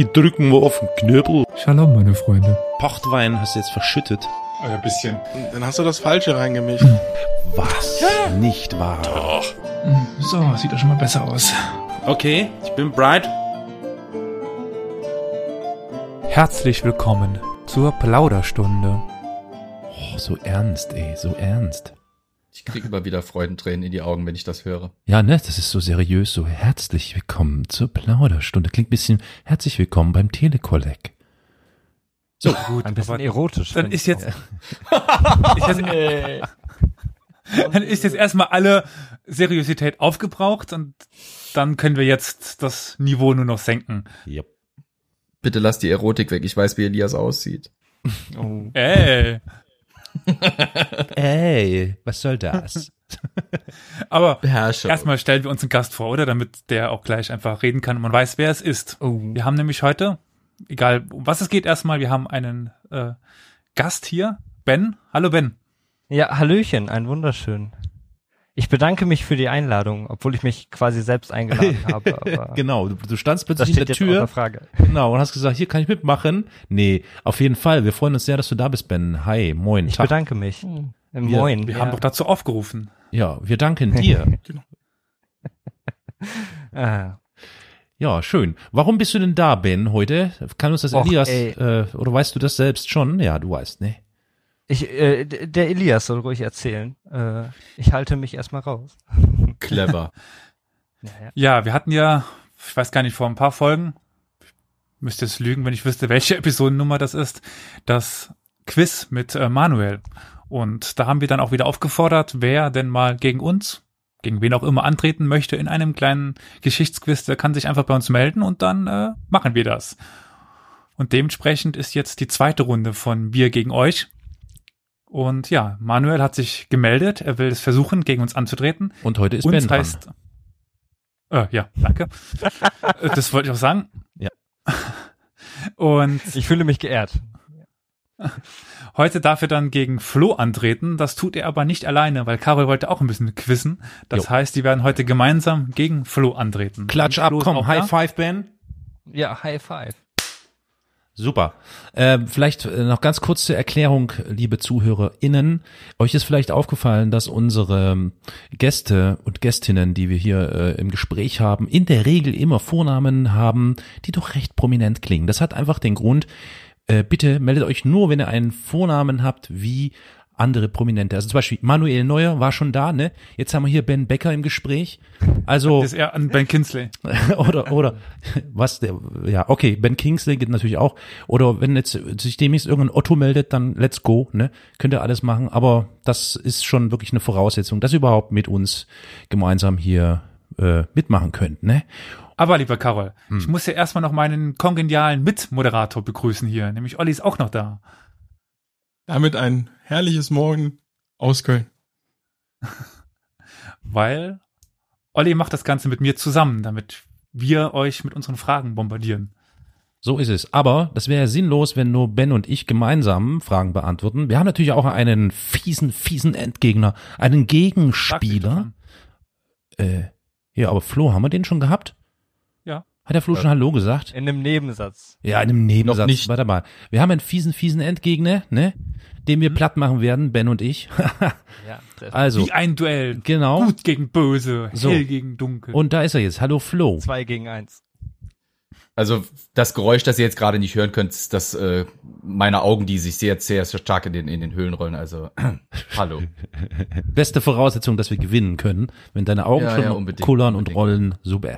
Die drücken wir auf den Knöbel. Shalom, meine Freunde. Pochtwein hast du jetzt verschüttet. Ein bisschen. Dann hast du das Falsche reingemischt. Was? Nicht wahr? Doch. So, sieht doch schon mal besser aus. Okay, ich bin bright. Herzlich willkommen zur Plauderstunde. Oh, so ernst, so ernst. Ich kriege immer wieder Freudentränen in die Augen, wenn ich das höre. Ja, ne, das ist so seriös, so herzlich willkommen zur Plauderstunde. Klingt ein bisschen herzlich willkommen beim Telekolleg. So, gut. Ein bisschen erotisch. Dann ist jetzt, dann ist jetzt erstmal alle Seriosität aufgebraucht und dann können wir jetzt das Niveau nur noch senken. Yep. Bitte lass die Erotik weg, ich weiß, wie Elias aussieht. Oh. Ey, was soll das? Aber Beherrscher. erstmal stellen wir uns einen Gast vor, oder? Damit der auch gleich einfach reden kann und man weiß, wer es ist. Oh. Wir haben nämlich heute, egal um was es geht erstmal, wir haben einen Gast hier, Ben. Hallo Ben. Ja, Hallöchen, ein wunderschön. Ich bedanke mich für die Einladung, obwohl ich mich quasi selbst eingeladen habe. Aber Genau, du standst das plötzlich in steht der jetzt Tür. außer Frage. Genau, und hast gesagt, hier kann ich mitmachen. Nee, auf jeden Fall. Wir freuen uns sehr, dass du da bist, Ben. Hi, moin. Ich Tag. bedanke mich. Moin. Wir haben doch dazu aufgerufen. Ja, wir danken dir. Ah. Ja, schön. Warum bist du denn da, Ben, heute? Kann uns das Och, Elias, ey. oder weißt du das selbst schon? Ja, du weißt, ne? Der Elias soll ruhig erzählen. Ich halte mich erstmal raus. Clever. Ja, wir hatten ja, ich weiß gar nicht, vor ein paar Folgen, ich müsste jetzt lügen, wenn ich wüsste, welche Episodennummer das ist, das Quiz mit Manuel. Und da haben wir dann auch wieder aufgefordert, wer denn mal gegen uns, gegen wen auch immer antreten möchte in einem kleinen Geschichtsquiz, der kann sich einfach bei uns melden und dann machen wir das. Und dementsprechend ist jetzt die zweite Runde von Wir gegen euch. Und ja, Manuel hat sich gemeldet, er will es versuchen, gegen uns anzutreten. Und heute ist Uns Ben dran. heißt, ja, danke. Das wollte ich auch sagen. Ja. Und Ich fühle mich geehrt. heute darf er dann gegen Flo antreten. Das tut er aber nicht alleine, weil Carol wollte auch ein bisschen quizzen. Das Jo. heißt, die werden heute gemeinsam gegen Flo antreten. Klatsch Und ab, Flo ist komm, auch High da. Five, Ben. Ja, High Five. Super. Vielleicht noch ganz kurz zur Erklärung, liebe ZuhörerInnen. Euch ist vielleicht aufgefallen, dass unsere Gäste und Gästinnen, die wir hier im Gespräch haben, in der Regel immer Vornamen haben, die doch recht prominent klingen. Das hat einfach den Grund, bitte meldet euch nur, wenn ihr einen Vornamen habt wie andere Prominente. Also zum Beispiel Manuel Neuer war schon da, ne? Jetzt haben wir hier Ben Becker im Gespräch. Also Das ist eher an Ben Kingsley. oder was der, ja, okay, Ben Kingsley geht natürlich auch. Oder wenn jetzt sich demnächst irgendein Otto meldet, dann let's go, ne? Könnt ihr alles machen, aber das ist schon wirklich eine Voraussetzung, dass ihr überhaupt mit uns gemeinsam hier mitmachen könnt, ne? Aber lieber Carol, ich muss ja erstmal noch meinen kongenialen Mitmoderator begrüßen hier, nämlich Olli ist auch noch da. Damit ein herrliches Morgen aus Köln. Weil Olli macht das Ganze mit mir zusammen, damit wir euch mit unseren Fragen bombardieren. So ist es. Aber das wäre ja sinnlos, wenn nur Ben und ich gemeinsam Fragen beantworten. Wir haben natürlich auch einen fiesen Endgegner, einen Gegenspieler. Ja, aber Flo, haben wir den schon gehabt? Ja. Hat der Flo schon Hallo gesagt? In einem Nebensatz. Ja, in einem Nebensatz. Noch nicht. Warte mal. Wir haben einen fiesen Endgegner, ne? Den wir platt machen werden, Ben und ich. Ja, Also, Wie ein Duell. genau. Gut gegen böse, So. hell gegen dunkel. Und da ist er jetzt. Hallo Flo. 2 gegen 1. Also das Geräusch, das ihr jetzt gerade nicht hören könnt, ist das meine Augen, die sich sehr, sehr stark in den Höhlen rollen. Also hallo. Beste Voraussetzung, dass wir gewinnen können. Wenn deine Augen Ja, schon ja, unbedingt, kullern und unbedingt. rollen, super.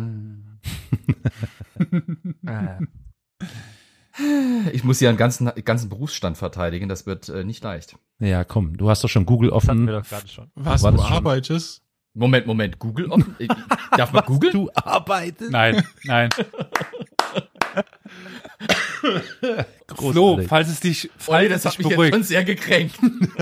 Ich muss hier einen ganzen Berufsstand verteidigen, das wird nicht leicht. Ja, komm, du hast doch schon Google Das hatten offen. wir doch gerade schon. Was, War du das schon? arbeitest? Moment, Google offen? Darf man googeln? Du arbeitest. Nein. Flo, falls es dich Olli, das hat mich jetzt beruhigt. schon sehr gekränkt.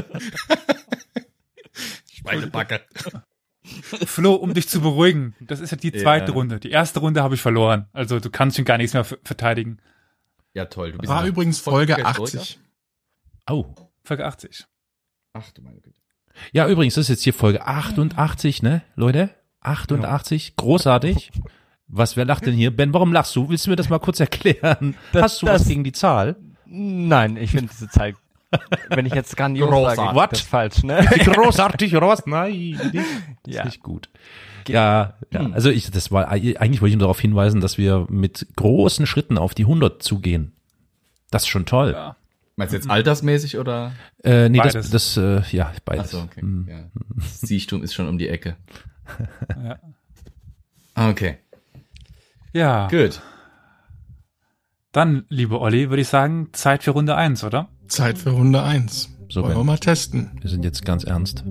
Schweinebacke. Flo, um dich zu beruhigen, das ist ja die zweite Runde. Die erste Runde habe ich verloren. Also du kannst schon gar nichts mehr verteidigen. Ja, toll. Du bist War ja übrigens voll Folge Geld 80. Oh. Folge 80. Ach du meine Güte. Ja, übrigens, das ist jetzt hier Folge 88, ne, Leute? 88, großartig. wer lacht denn hier? Ben, warum lachst du? Willst du mir das mal kurz erklären? Hast du was gegen die Zahl? Nein, ich finde diese Zahl, wenn ich jetzt grandios sage, What? das ist falsch, ne? Großartig, oder was? Nein, das ist nicht gut. Ja, also eigentlich wollte ich nur darauf hinweisen, dass wir mit großen Schritten auf die 100 zugehen. Das ist schon toll. Ja. Meinst du jetzt altersmäßig oder? Nee, Beides. beides. Ach so, okay. Ja. Das Siechtum ist schon um die Ecke. Ja. Okay, Ja. gut. Dann, liebe Olli, würde ich sagen, Zeit für Runde 1, oder? Zeit für Runde 1. So, Wollen wir Ben, mal testen. wir sind jetzt ganz ernst.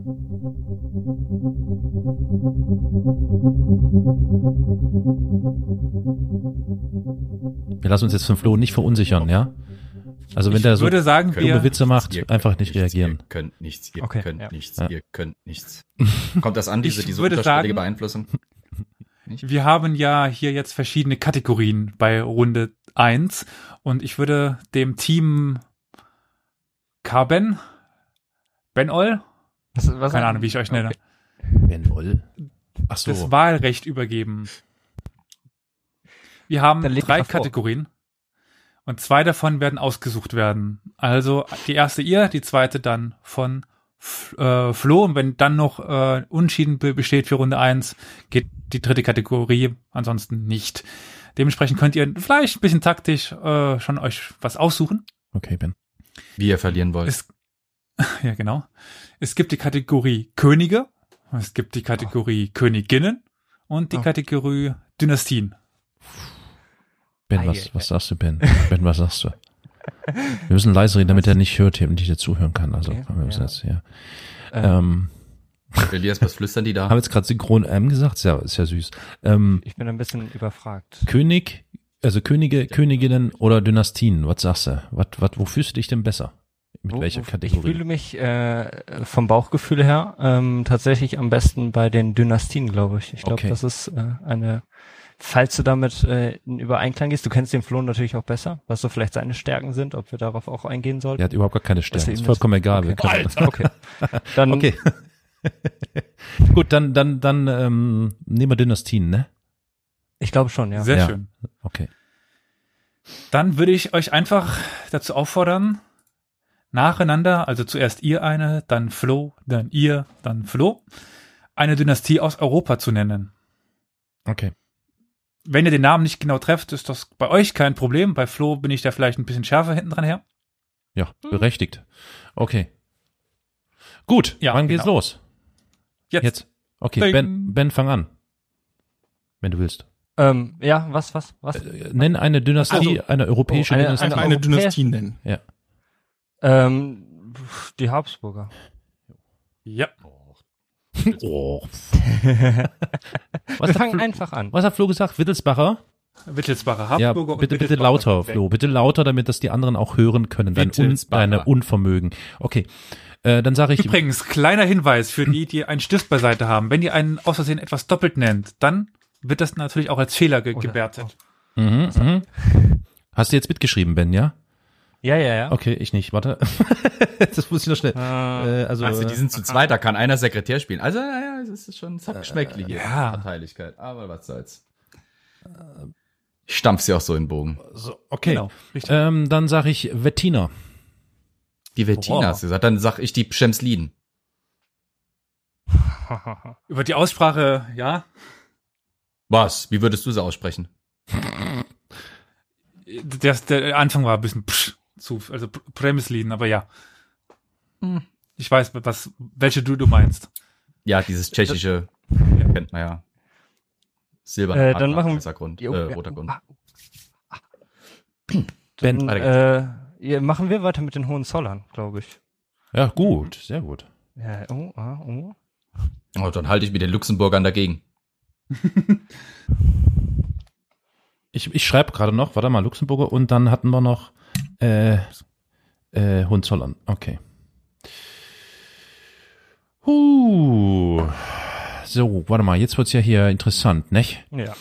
Wir lassen uns jetzt von Flo nicht verunsichern, ja? Also wenn Ich der so würde sagen, dumme wir, Witze macht, Ihr einfach nicht nichts, reagieren. Ihr könnt nichts, ihr Okay, könnt ja. nichts, Ja. ihr könnt nichts. Kommt das an, diese Ich würde unterschwellige sagen- Beeinflussung? wir haben ja hier jetzt verschiedene Kategorien bei Runde 1 und ich würde dem Team Ben Ol, Was keine Ahnung, wie ich euch nenne, Ben Woll? Ach so. das Wahlrecht übergeben. Wir haben Dann leg 3 mal vor. Kategorien und 2 davon werden ausgesucht werden. Also die erste ihr, die zweite dann von Flo und wenn dann noch Unentschieden besteht für Runde 1, geht die dritte Kategorie, ansonsten nicht. Dementsprechend könnt ihr vielleicht ein bisschen taktisch schon euch was aussuchen. Okay, Ben. Wie ihr verlieren wollt. Ja, genau. Es gibt die Kategorie Könige, es gibt die Kategorie Königinnen und die Kategorie Dynastien. Ben, was sagst du, Ben? Ben, was sagst du? Wir müssen leise reden, damit er nicht hört und nicht dir zuhören kann. Also, Okay, wir müssen ja. jetzt, ja. Ähm, Elias, was flüstern die da? Haben jetzt gerade synchron gesagt, ist ja süß. Ich bin ein bisschen überfragt. König, also Könige, Königinnen oder Dynastien, was sagst du? Wo fühlst du dich denn besser? Mit welcher Ich Kategorie? fühle mich vom Bauchgefühl her tatsächlich am besten bei den Dynastien, glaube ich. Ich glaube, Okay. das ist falls du damit in Übereinklang gehst, du kennst den Flo natürlich auch besser, was so vielleicht seine Stärken sind, ob wir darauf auch eingehen sollten. Der hat überhaupt gar keine Was Stärke. er Ist ihm vollkommen egal. Okay. Wir können, Okay. Dann, okay. Gut, dann nehmen wir Dynastien, ne? Ich glaube schon, ja. Sehr Ja. schön. Okay. Dann würde ich euch einfach dazu auffordern, nacheinander, also zuerst ihr eine, dann Flo, dann ihr, dann Flo, eine Dynastie aus Europa zu nennen. Okay. Wenn ihr den Namen nicht genau trefft, ist das bei euch kein Problem. Bei Flo bin ich da vielleicht ein bisschen schärfer hinten dran her. Ja, berechtigt. Okay. Gut, Ja, wann geht's genau. los? Jetzt. Okay, Ding. Ben, fang an. Wenn du willst. Ja, was? Nenn eine Dynastie, eine europäische eine- Dynastie. Einfach Eine eine Dynastie nennen. Die Habsburger. Ja. Oh. Wir Was fangen hat, einfach an. was hat Flo gesagt? Wittelsbacher? Wittelsbacher Ja, Habsburger. und bitte Wittelsbacher lauter, weg. Flo. Bitte lauter, damit das die anderen auch hören können. Wittelsbacher. Deine Unvermögen. Okay. Dann sage ich. Übrigens, kleiner Hinweis für die einen Stift beiseite haben. Wenn ihr einen aus Versehen etwas doppelt nennt, dann wird das natürlich auch als Fehler gewertet. Mhm. Hast du jetzt mitgeschrieben, Ben, ja? Ja. Okay, ich nicht. Warte. Das muss ich noch schnell. Also, Also die sind zu zweit, da kann einer Sekretär spielen. Also naja, es ist schon Zackschmeckli hier. ja. Parteilichkeit. Aber was soll's. Ich stampf sie auch so in den Bogen. so, okay. Genau, richtig. Dann sage ich Wettiner. Die Wettina hast du gesagt, dann sag ich die Schemsliden. Über die Aussprache, ja. Was? Wie würdest du sie aussprechen? Der Anfang war ein bisschen also Premislin, aber ja. Ich weiß, welche du meinst. Ja, dieses tschechische, kennt man ja. Silber. Dann machen wir- Grund, Jo, roter Grund. Ben. Ja, machen wir weiter mit den Hohenzollern, glaube ich. Ja, gut, sehr gut. Ja, oh. Oh, dann halte ich mit den Luxemburgern dagegen. Ich schreibe gerade noch, warte mal, Luxemburger und dann hatten wir noch Hohenzollern. Okay. So, warte mal, jetzt wird's ja hier interessant, nicht? Ja.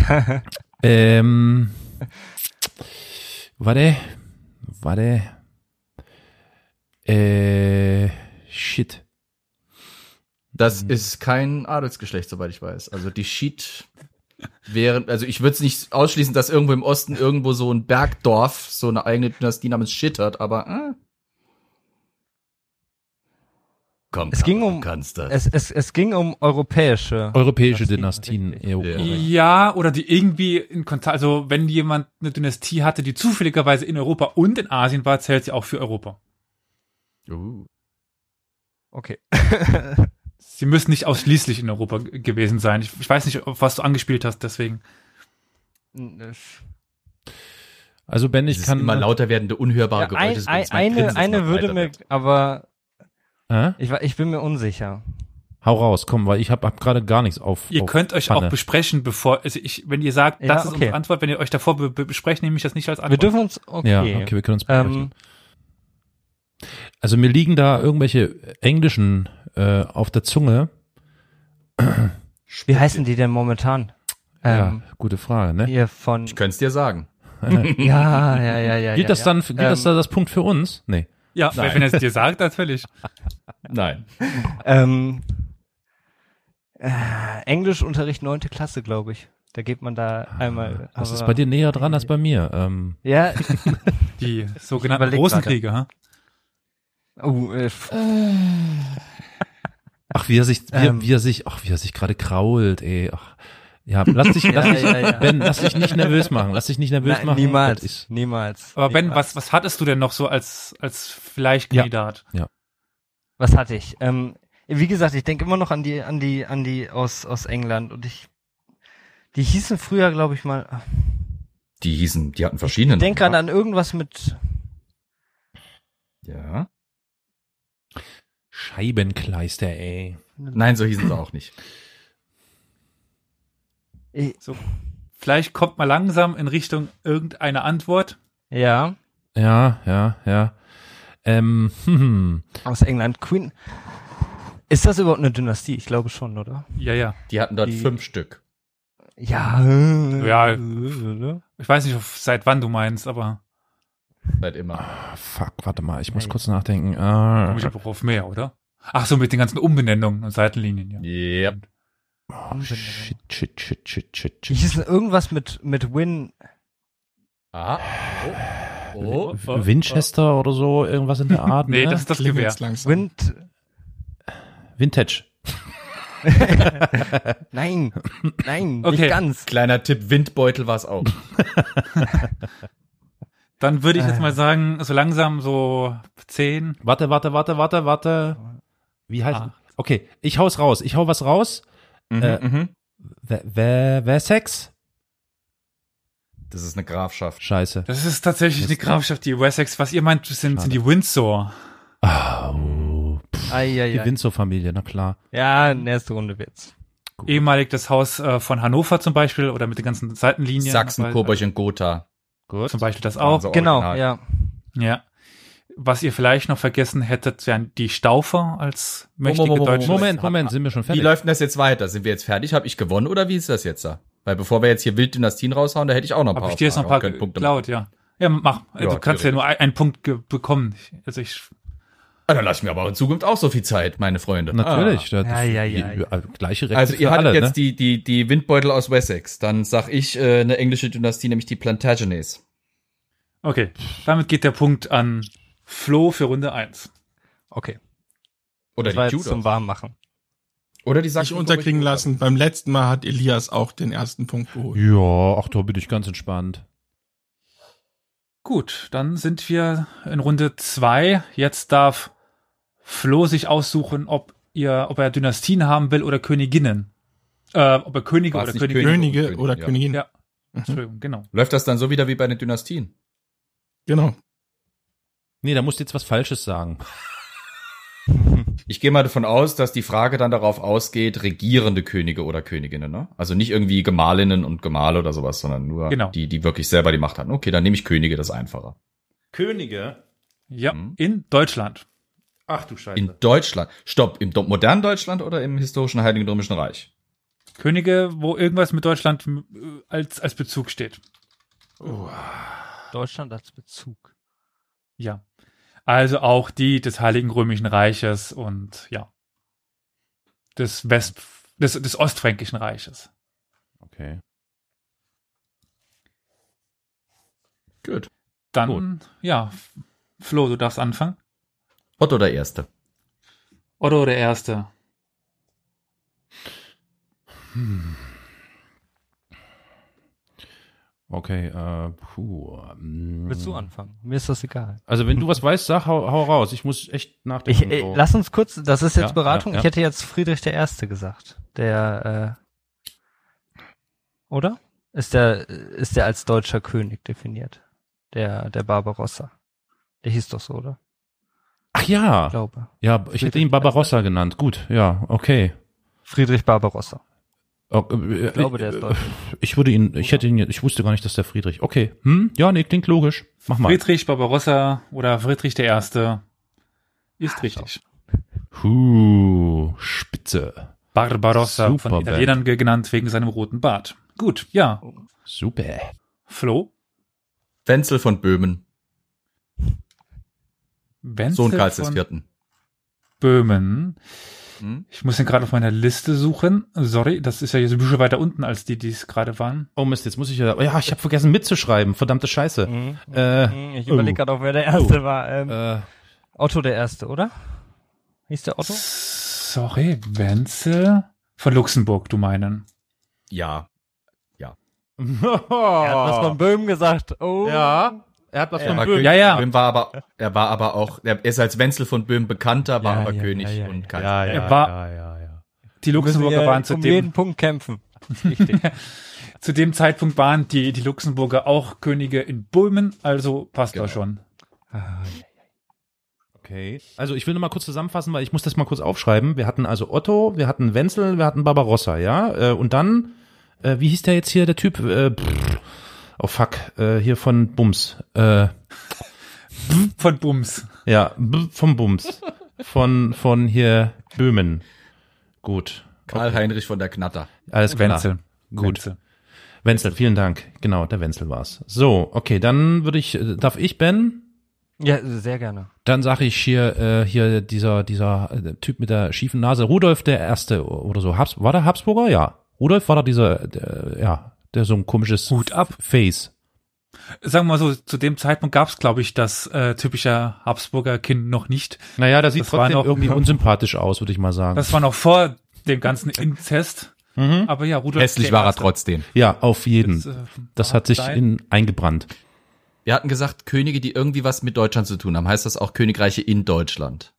Warte. Shit. Das ist kein Adelsgeschlecht, soweit ich weiß. Also die Schied Also ich würde es nicht ausschließen, dass irgendwo im Osten irgendwo so ein Bergdorf so eine eigene Dynastie namens Shit hat, aber komm, Es ging um kannst das. es ging um europäische Dynastien. Ja, oder die irgendwie in Kontakt, also wenn jemand eine Dynastie hatte, die zufälligerweise in Europa und in Asien war, zählt sie auch für Europa. Okay. Sie müssen nicht ausschließlich in Europa gewesen sein. Ich weiß nicht, auf was du angespielt hast, deswegen. Also Ben, ich Dieses kann immer lauter werdende, unhörbare Geräusch. ist übrigens mein Grinsen, das eine noch würde weiter mir, wird. aber Hä? ich bin mir unsicher. Hau raus, komm, weil ich hab gerade gar nichts auf. Ihr auf könnt euch Pfanne. auch besprechen, wenn ihr sagt, Ja, das ist okay. unsere Antwort, wenn ihr euch davor besprecht, nehme ich das nicht als Wir Antwort. dürfen uns, Ja, okay. okay, wir können uns besprechen. Ähm, Also mir liegen da irgendwelche englischen auf der Zunge. wie heißen die denn momentan? Ja, gute Frage, ne? Hier von, Ich könnte es dir sagen. ja. Geht das dann, das da das Punkt für uns? Nee. Ja, Nein. wenn er es dir sagt, natürlich. Nein. Englischunterricht 9. Klasse, glaube ich. Da geht man da einmal. Das aber- ist bei dir näher dran als bei mir. Ja. Die sogenannten überleg Rosenkriege, ha? Ach, wie er sich gerade krault, ey. Ach, ja, lass dich Ben, lass dich nicht nervös machen. Lass dich nicht nervös Nein, machen. niemals. Das ist- Niemals. Aber Ben, Niemals. was hattest du denn noch so als vielleicht Kandidat? Was hatte ich? Wie gesagt, ich denke immer noch an die aus England und die hießen früher, glaube ich mal. Die hatten verschiedene. Ich denke Namen. an irgendwas mit. Ja. Scheibenkleister, ey. Nein, so hießen sie auch nicht. Vielleicht kommt mal langsam in Richtung irgendeine Antwort. Ja, Ja. aus England. Queen. Ist das überhaupt eine Dynastie? Ich glaube schon, oder? Ja. Die hatten dort Die- 5 Stück. Ja. Ja. Ich weiß nicht, seit wann du meinst, aber Seit immer. Fuck, warte mal, ich muss Hey. kurz nachdenken. komme ich aber auf mehr, oder? Ach so, mit den ganzen Umbenennungen und Seitenlinien, ja. Yep. Shit. Die hießen irgendwas mit Win. Ah. Oh. Winchester oder so, irgendwas in der Art. Nee, ne? das ist das Klingelt's Gewehr. langsam. Wind. Vintage. Nein, Okay. nicht ganz. Kleiner Tipp, Windbeutel war es auch. Dann würde ich jetzt mal sagen, so langsam so 10. Warte. Wie heißt? Okay, ich hau's raus. Ich hau was raus. Wessex? Das ist eine Grafschaft. Scheiße. Das ist tatsächlich eine Grafschaft, die Wessex. Was ihr meint, sind die Windsor. Die Eieiei. Windsor-Familie, na klar. Ja, in erste Runde wird's. Ehemalig das Haus von Hannover zum Beispiel oder mit den ganzen Seitenlinien. Sachsen, Weil- Coburg und Gotha. Gut. Zum Beispiel das Waren auch. so Genau, original. ja. Ja. Was ihr vielleicht noch vergessen hättet, wären die Staufer als mächtige deutsche. Moment, sind wir schon Wie fertig? läuft denn das jetzt weiter? Sind wir jetzt fertig? Habe ich gewonnen oder wie ist das jetzt da? Weil bevor wir jetzt hier Wilddynastien raushauen, da hätte ich auch noch ein paar. Habe ich dir jetzt noch ein paar Fragen. Punkte geklaut, ja. Ja, mach. Ja, Du kannst ja nur einen Punkt bekommen. Ah, dann lass ich mir aber in Zukunft auch so viel Zeit, meine Freunde. Natürlich. Das Ja. Gleiche Rechte Also ihr für hattet alle, jetzt ne? die Windbeutel aus Wessex. Dann sag ich eine englische Dynastie, nämlich die Plantagenets. Okay. Damit geht der Punkt an Flo für Runde 1. Okay. Oder Das war die jetzt zum Tudors. Warmmachen. Oder die Sich Sachsen. unterkriegen lassen. Beim letzten Mal hat Elias auch den ersten Punkt geholt. Ja, ach, da bin ich ganz entspannt. Gut, dann sind wir in Runde 2. Jetzt darf Flo sich aussuchen, ob er Dynastien haben will oder Königinnen. Ob er Könige War's oder nicht Königinnen. Könige oder ja. Königin. Ja. Entschuldigung, genau. Läuft das dann so wieder wie bei den Dynastien? Genau. Nee, da musst du jetzt was Falsches sagen. Ich gehe mal davon aus, dass die Frage dann darauf ausgeht, regierende Könige oder Königinnen, ne? Also nicht irgendwie Gemahlinnen und Gemahle oder sowas, sondern nur Genau. die wirklich selber die Macht hatten. Okay, dann nehme ich Könige, das ist einfacher. Könige? Ja, Mhm. in Deutschland. Ach du Scheiße. In Deutschland. Stopp, im modernen Deutschland oder im historischen Heiligen Römischen Reich? Könige, wo irgendwas mit Deutschland als Bezug steht. Deutschland als Bezug. Ja. Also auch die des Heiligen Römischen Reiches und ja. Des Ostfränkischen Reiches. Okay. Gut. Dann, ja, Flo, du darfst anfangen. Otto der Erste. Otto der Erste. Okay, Willst du anfangen? Mir ist das egal. Also wenn du was weißt, sag, hau raus. Ich muss echt nachdenken. So. Lass uns kurz, das ist jetzt Ja, Beratung. ja. Ich hätte jetzt Friedrich der Erste gesagt. Oder? Ist der als deutscher König definiert? Der Barbarossa. Der hieß doch so, oder? Ach ja. Ich glaube. Ja, ich hätte ihn Barbarossa genannt. Gut, ja, okay. Friedrich Barbarossa. Ich glaube, der ist deutsch. Ich wusste gar nicht, dass der Friedrich. Okay, ja, nee, klingt logisch. Mach mal. Friedrich Barbarossa oder Friedrich der Erste ist richtig. Spitze. Barbarossa, Super von Italienern genannt wegen seinem roten Bart. Gut, ja. Super. Flo? Wenzel von Böhmen. Wenzel Sohn Karls des von Vierten. Böhmen. Hm? Ich muss ihn gerade auf meiner Liste suchen. Sorry, das ist ja jetzt ein bisschen weiter unten, als die es gerade waren. Oh Mist, jetzt muss ich ja. Ja, ich habe vergessen mitzuschreiben. Verdammte Scheiße. Ich überlege gerade auch, wer der Erste war. Otto der Erste, oder? Hieß der Otto? Sorry, Wenzel von Luxemburg, du meinen. Ja. Er hat was von Böhmen gesagt. Oh. Ja, er hat was von Böhmen. Ja, ja. Böhmen er war aber auch, er ist als Wenzel von Böhmen bekannter, war aber König und Kaiser. Er war- Die Luxemburger waren zu um dem, jeden Punkt kämpfen. Richtig. zu dem Zeitpunkt waren die Luxemburger auch Könige in Böhmen, also passt Genau. das schon. Okay. Also ich will nur mal kurz zusammenfassen, weil ich muss das mal kurz aufschreiben. Wir hatten also Otto, wir hatten Wenzel, wir hatten Barbarossa, ja. Und dann, wie hieß der jetzt hier, der Typ? Oh fuck, hier von Bums. Von Bums. Ja, vom Bums. Von hier Böhmen. Gut. Karl Heinrich von der Knatter. Alles klar. Wenzel. Gut. Wenzel. Wenzel, vielen Dank. Genau, der Wenzel war's. So, okay, dann darf ich, Ben? Ja, sehr gerne. Dann sage ich hier dieser Typ mit der schiefen Nase, Rudolf der Erste oder so. War der Habsburger? Ja. Rudolf war da der so ein komisches Hut ab. Face. Sagen wir mal so, zu dem Zeitpunkt gab es, glaube ich, das typische Habsburger Kind noch nicht. Naja, der sieht Das war trotzdem noch- irgendwie unsympathisch aus, würde ich mal sagen. Das war noch vor dem ganzen Inzest. Aber ja, Rudolf Hässlich der war er Erste. trotzdem. Ja, auf jeden. Das hat sich sein. eingebrannt. Wir hatten gesagt, Könige, die irgendwie was mit Deutschland zu tun haben. Heißt das auch Königreiche in Deutschland?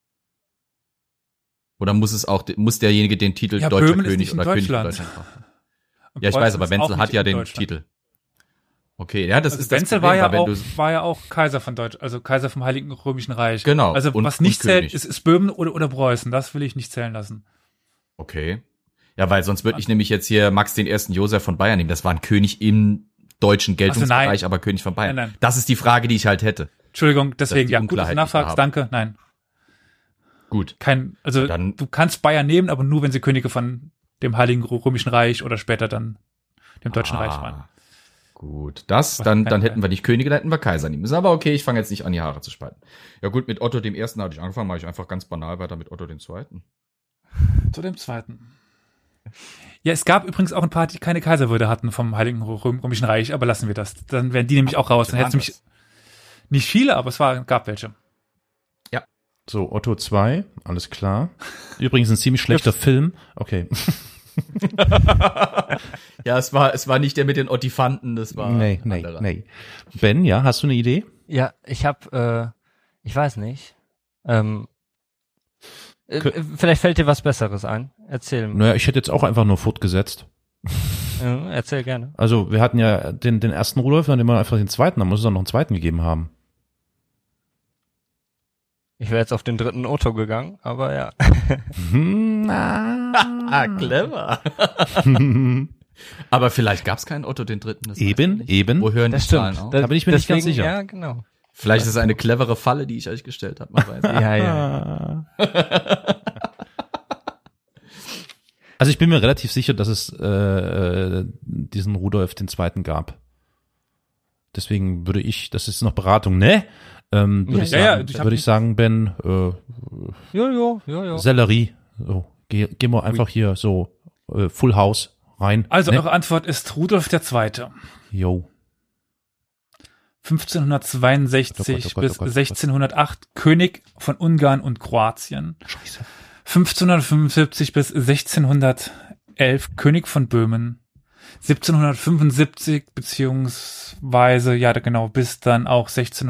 Oder muss derjenige den Titel Ja, Deutscher Böhmen ist König nicht in oder König von Deutschland. Deutschland haben? Und Ja, ich Preußen weiß, aber ist Wenzel auch hat nicht ja in den Deutschland. Titel. Okay, ja, das Also ist das Wenzel Problem, war ja weil auch, wenn du war ja auch Kaiser von Deutschland, also Kaiser vom Heiligen Römischen Reich. Genau, Also und- was nicht und zählt, König. ist Böhmen oder Preußen. Das will ich nicht zählen lassen. Okay. Ja, weil sonst würde ich nämlich jetzt hier Max den ersten Josef von Bayern nehmen. Das war ein König im deutschen Geltungsbereich, nein. aber König von Bayern. Nein. Das ist die Frage, die ich halt hätte. Entschuldigung, deswegen, die ja, gut, dass du Unklarheit nachfragst, nicht danke, nein. Gut. Also Dann- du kannst Bayern nehmen, aber nur, wenn sie Könige von dem Heiligen Römischen Reich oder später dann dem Deutschen Reich waren. Gut, dann hätten wir nicht Könige, dann hätten wir Kaiser nehmen müssen. Aber okay, ich fange jetzt nicht an, die Haare zu spalten. Ja gut, mit Otto dem Ersten hatte ich angefangen, mache ich einfach ganz banal weiter mit Otto dem Zweiten. Zu dem Zweiten. Ja, es gab übrigens auch ein paar, die keine Kaiserwürde hatten vom Heiligen Römischen Reich, aber lassen wir das. Dann wären die nämlich auch raus. Dann hätte es nämlich nicht viele, aber gab welche. So, Otto 2, alles klar. Übrigens ein ziemlich schlechter Film. Okay. Ja, es war nicht der mit den Ottifanten, das war Nee. Ben, ja, hast du eine Idee? Ja, ich weiß nicht. Vielleicht fällt dir was Besseres ein. Erzähl. Naja, ich hätte jetzt auch einfach nur fortgesetzt. Erzähl gerne. Also, wir hatten ja den ersten Rudolf, dann nehmen wir einfach den zweiten, dann muss es auch noch einen zweiten gegeben haben. Ich wäre jetzt auf den dritten Otto gegangen, aber ja. clever. Aber vielleicht gab es keinen Otto den Dritten. das weiß ich Eben. nicht. Wo hören die Das Zahlen stimmt. auf? Da bin ich mir nicht ganz sicher. Ja, genau. Vielleicht ist es eine clevere Falle, die ich euch gestellt habe. Man weiß nicht. Ja. Also ich bin mir relativ sicher, dass es diesen Rudolf den Zweiten gab. Deswegen würde ich, das ist noch Beratung, ne? Würde ich sagen, Ben, Ja. Sellerie, so, gehen wir einfach hier so Full House rein. Also ne? eure Antwort ist Rudolf II. Jo. 1562 Oh Gott, bis oh Gott. 1608 König von Ungarn und Kroatien. Scheiße. 1575 bis 1611 König von Böhmen. 1775 beziehungsweise, ja genau, bis dann auch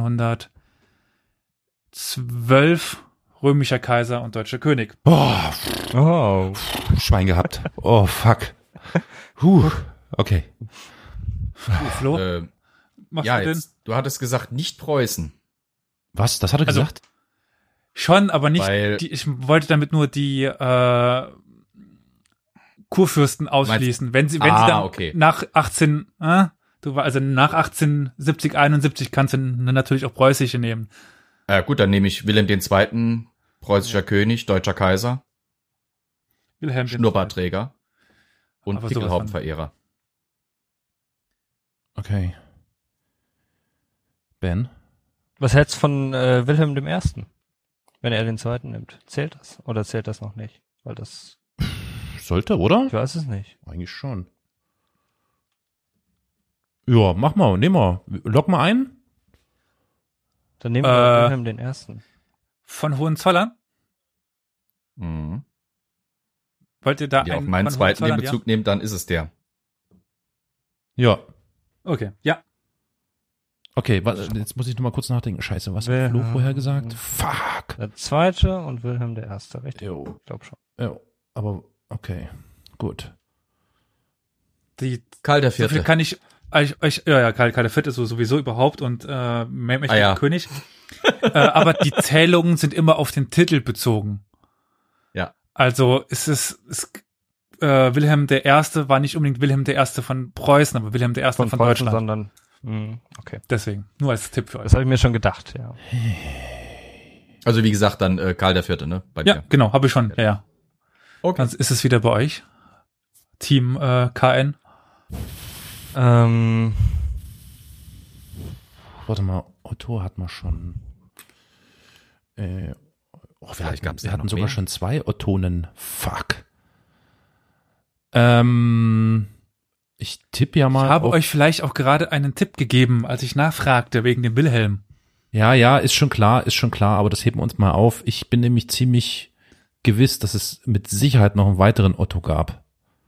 1612 römischer Kaiser und deutscher König. Oh, Schwein gehabt. Oh, fuck. Okay. Flo, machst Ja, du denn? jetzt, du hattest gesagt, nicht Preußen. Was? Das hat er Also- gesagt? Schon, aber nicht, Weil- ich wollte damit nur die Kurfürsten ausschließen. Wenn sie dann okay. nach 1870, 71 kannst du dann natürlich auch preußische nehmen. Gut, dann nehme ich Wilhelm II., preußischer König, deutscher Kaiser, Wilhelm II. Schnurrbartträger und Aber sowas Pickelhauptverehrer. Okay. Ben? Was hältst du von Wilhelm I., wenn er den zweiten nimmt? Zählt das? Oder zählt das noch nicht? Weil das, Sollte, oder? ich weiß es nicht. Eigentlich schon. Ja, mach mal, nehm mal. Log mal ein. Dann nehmen wir Wilhelm I. Von Hohenzollern? Mhm. Wollt ihr da Wenn ihr auf einen meinen von zweiten den Hohenzollern? Bezug nehmt, dann ist es der. Ja. Ja? Okay, ja. Okay, jetzt muss ich noch mal kurz nachdenken. Scheiße, was hat Flo vorher gesagt? Fuck. Der zweite und Wilhelm I., richtig? Jo. Ich glaube schon. Ja, aber okay. Gut. Karl der So viel Vierte. kann ich euch Karl der Vierte ist sowieso überhaupt und mächtiger ja. König. Aber die Zählungen sind immer auf den Titel bezogen. Ja. Also Wilhelm I. war nicht unbedingt Wilhelm I. von Preußen, aber Wilhelm I. von Preußen, Deutschland. sondern, okay. Deswegen, nur als Tipp für euch. Das habe ich mir schon gedacht, ja. Also wie gesagt, dann Karl der Vierte, ne? Bei Ja, dir. genau, habe ich schon. Ja. Okay. Dann ist es wieder bei euch. Team KN. Warte mal, Otto hat man schon. Wir Vielleicht gab's wir da hatten noch sogar mehr. schon 2 Ottonen. Fuck. Ich tippe ja mal. Ich habe auf, euch vielleicht auch gerade einen Tipp gegeben, als ich nachfragte wegen dem Wilhelm. Ja, ist schon klar, aber das heben wir uns mal auf. Ich bin nämlich ziemlich gewiss, dass es mit Sicherheit noch einen weiteren Otto gab.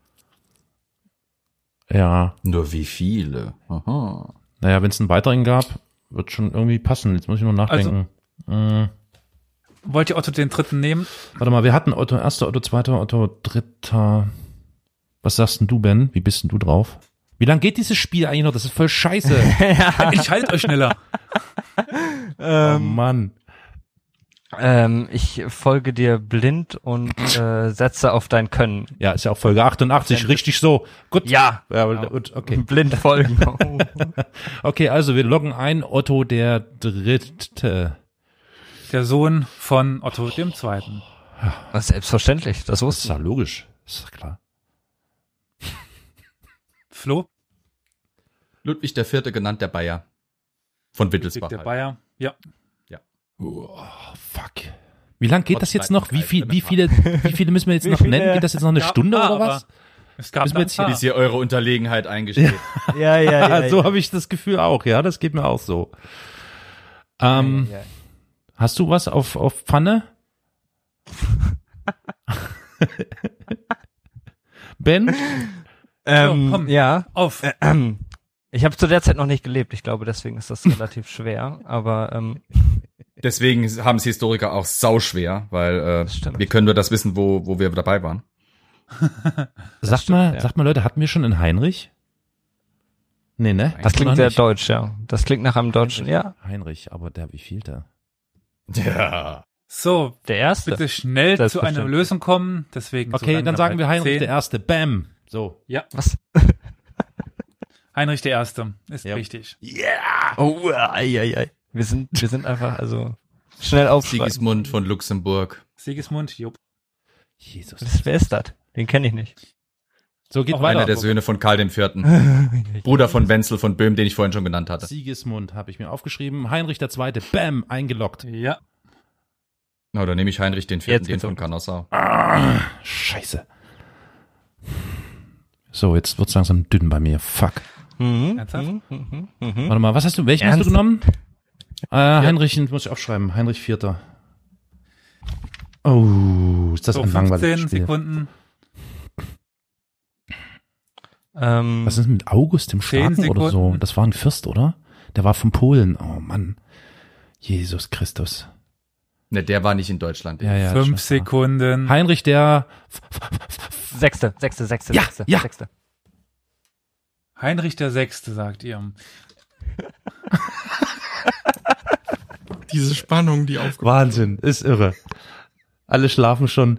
Ja. Nur wie viele? Aha. Naja, wenn es einen weiteren gab, wird schon irgendwie passen. Jetzt muss ich nur nachdenken. Wollt ihr Otto den Dritten nehmen? Warte mal, wir hatten Otto erster, Otto zweiter, Otto dritter. Was sagst denn du, Ben? Wie bist denn du drauf? Wie lang geht dieses Spiel eigentlich noch? Das ist voll scheiße. Entscheidet euch schneller. Oh Mann. Ich folge dir blind und setze auf dein Können. Ja, ist ja auch Folge 88, richtig so. Gut. Ja, Gut, okay. blind folgen. Okay, also wir loggen ein, Otto der Dritte. Der Sohn von Otto dem Zweiten. Das ist selbstverständlich, das Das ist wusste ja logisch. Das ist klar. Flo, Ludwig IV., genannt der Bayer. Von Wittelsbach. der halt. Bayer. Ja. Oh, fuck. Wie lang geht das jetzt noch? Wie viele müssen wir jetzt Wie noch viele? nennen? Geht das jetzt noch eine Stunde oder aber was? Es gab Müssen wir da jetzt ein hier Bis ihr eure Unterlegenheit eingesteht. ich. Ja. So habe ich das Gefühl auch, ja, das geht mir auch so. Hast du was auf Pfanne? Ben? komm. Ja. Auf. Ich habe zu der Zeit noch nicht gelebt. Ich glaube, deswegen ist das relativ schwer. Aber Deswegen haben es Historiker auch sauschwer, weil Das stimmt. wir können nur das wissen, wo wir dabei waren. Sagt mal, Leute, hatten wir schon einen Heinrich? Nee, ne? das klingt Noch sehr nicht. deutsch, ja. Das klingt nach einem Deutschen. Ja, Heinrich, aber wie viel da? Ja. So, der erste. bitte schnell zu einer Selbstverständlich. Lösung kommen. Deswegen so Okay, dann langsam sagen wir halt Heinrich 10. der Erste. Bam. So. Ja, Was? Heinrich der Erste ist Ja. richtig. Oh, ei. Wir sind einfach, also, schnell aufschreiben. Sigismund von Luxemburg. Sigismund, jupp. Jesus. Wer ist das? Den kenne ich nicht. So, geht Auch weiter. Einer der Söhne von Karl IV., Bruder von Wenzel von Böhmen, den ich vorhin schon genannt hatte. Sigismund habe ich mir aufgeschrieben. Heinrich der Zweite. Bam. Eingeloggt. Ja, Na, dann nehme ich Heinrich IV., Jetzt den geht's von um. Canossau. Scheiße. So, jetzt wird's langsam dünn bei mir. Fuck. Ernsthaft? Warte mal, was hast du, welchen hast du genommen? Heinrich, muss ich aufschreiben, Heinrich Vierter. Oh, ist das So, ein langweiliges 15 Spiel. Sekunden. Was ist mit August dem 10 Starken oder so? Sekunden. Das war ein Fürst, oder? Der war von Polen. Oh Mann. Jesus Christus. Ne, der war nicht in Deutschland. Ja, 5 schon klar. Sekunden. Heinrich der Sechste. Ja. Heinrich der Sechste, sagt ihr. Diese Spannung, die aufgebaut Wahnsinn, ist irre. Alle schlafen schon.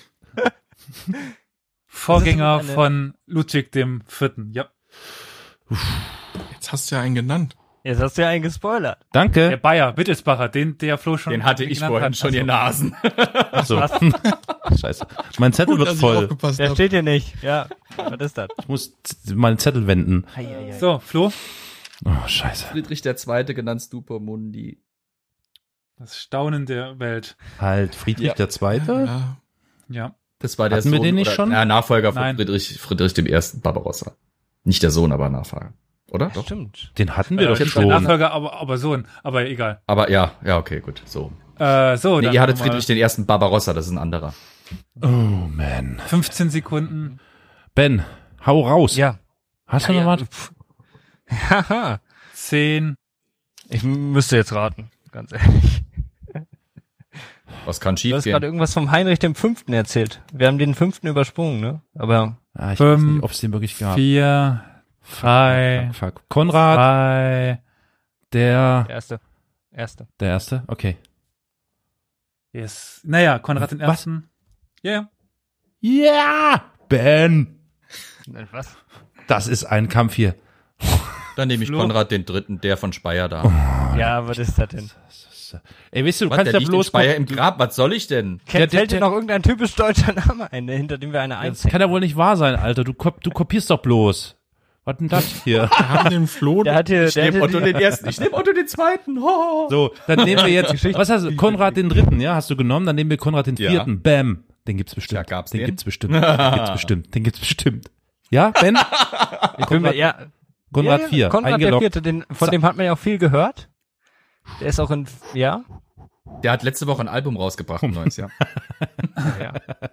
Vorgänger Das ist eine- von Ludwig dem Vierten. Ja. Jetzt hast du ja einen genannt. Jetzt hast du ja einen gespoilert. Der Danke. Bayer, Wittelsbacher, der Flo schon. Den hatte ich genannt vorhin hat. schon, ihr Nasen. So. Scheiße. Mein Zettel Gut, wird dass ich voll. aufgepasst Der habe. steht hier nicht. Ja, was ist das? Ich muss meinen Zettel wenden. So, Flo. Oh, scheiße. Friedrich der Zweite, genannt Stupor-Mundi. Das Staunen der Welt. Halt, Friedrich Ja. der Zweite? Ja. Ja. Das war der Hatten wir Sohn den nicht oder, schon? Nachfolger von Nein. Friedrich dem Ersten Barbarossa. Nicht der Sohn, aber Nachfolger. Oder? Doch. Stimmt. Den hatten wir doch Der schon. Nachfolger, aber Sohn. Aber egal. Aber ja, okay, gut. So. So, Nee, dann ihr hattet nochmal Friedrich den Ersten Barbarossa, das ist ein anderer. Oh, man. 15 Sekunden. Ben, hau raus. Ja. Hast du noch was? Haha. 10. Ich müsste jetzt raten, ganz ehrlich. Was kann Du schief hast gehen? gerade irgendwas vom Heinrich dem Fünften erzählt. Wir haben den Fünften übersprungen, ne? Aber Ah, ich weiß nicht, Fünf, ob es den wirklich gab. 4, 3, Fuck. Konrad, 2. der der Erste. Erste? Okay. Yes. Naja, Konrad den Was? Ersten. Ja, ja. Ja! Ben! Was? Das ist ein Kampf hier. Dann nehme ich Flo. Konrad den Dritten, der von Speyer da. Ja, was ist das denn? Ey, weißt du, Was, kannst der ja liegt in bloß Speyer im Grab, was soll ich denn? Fällt dir der- noch irgendein typisch deutscher Name ein, hinter dem wir eine Das Eins kann ja wohl nicht wahr sein, Alter. Du kopierst doch bloß. Was denn das hier? Wir haben den Flo. Der hat hier, Ich nehme Otto den Ersten, ich nehme Otto den Zweiten. Ho. So, dann nehmen wir jetzt, was hast du, Konrad den Dritten, ja, hast du genommen, dann nehmen wir Konrad den Ja. Vierten. Bam. Den gibt's bestimmt. Ja, gab's den den? gibt's bestimmt. Den gibt's bestimmt. Ja, Ben? ich bin mir, ja, Konrad ja, 4. Konrad der eingeloggt. Vierte, von dem hat man ja auch viel gehört. Der ist auch in, ja. Der hat letzte Woche ein Album rausgebracht, ein neues Jahr. Ja.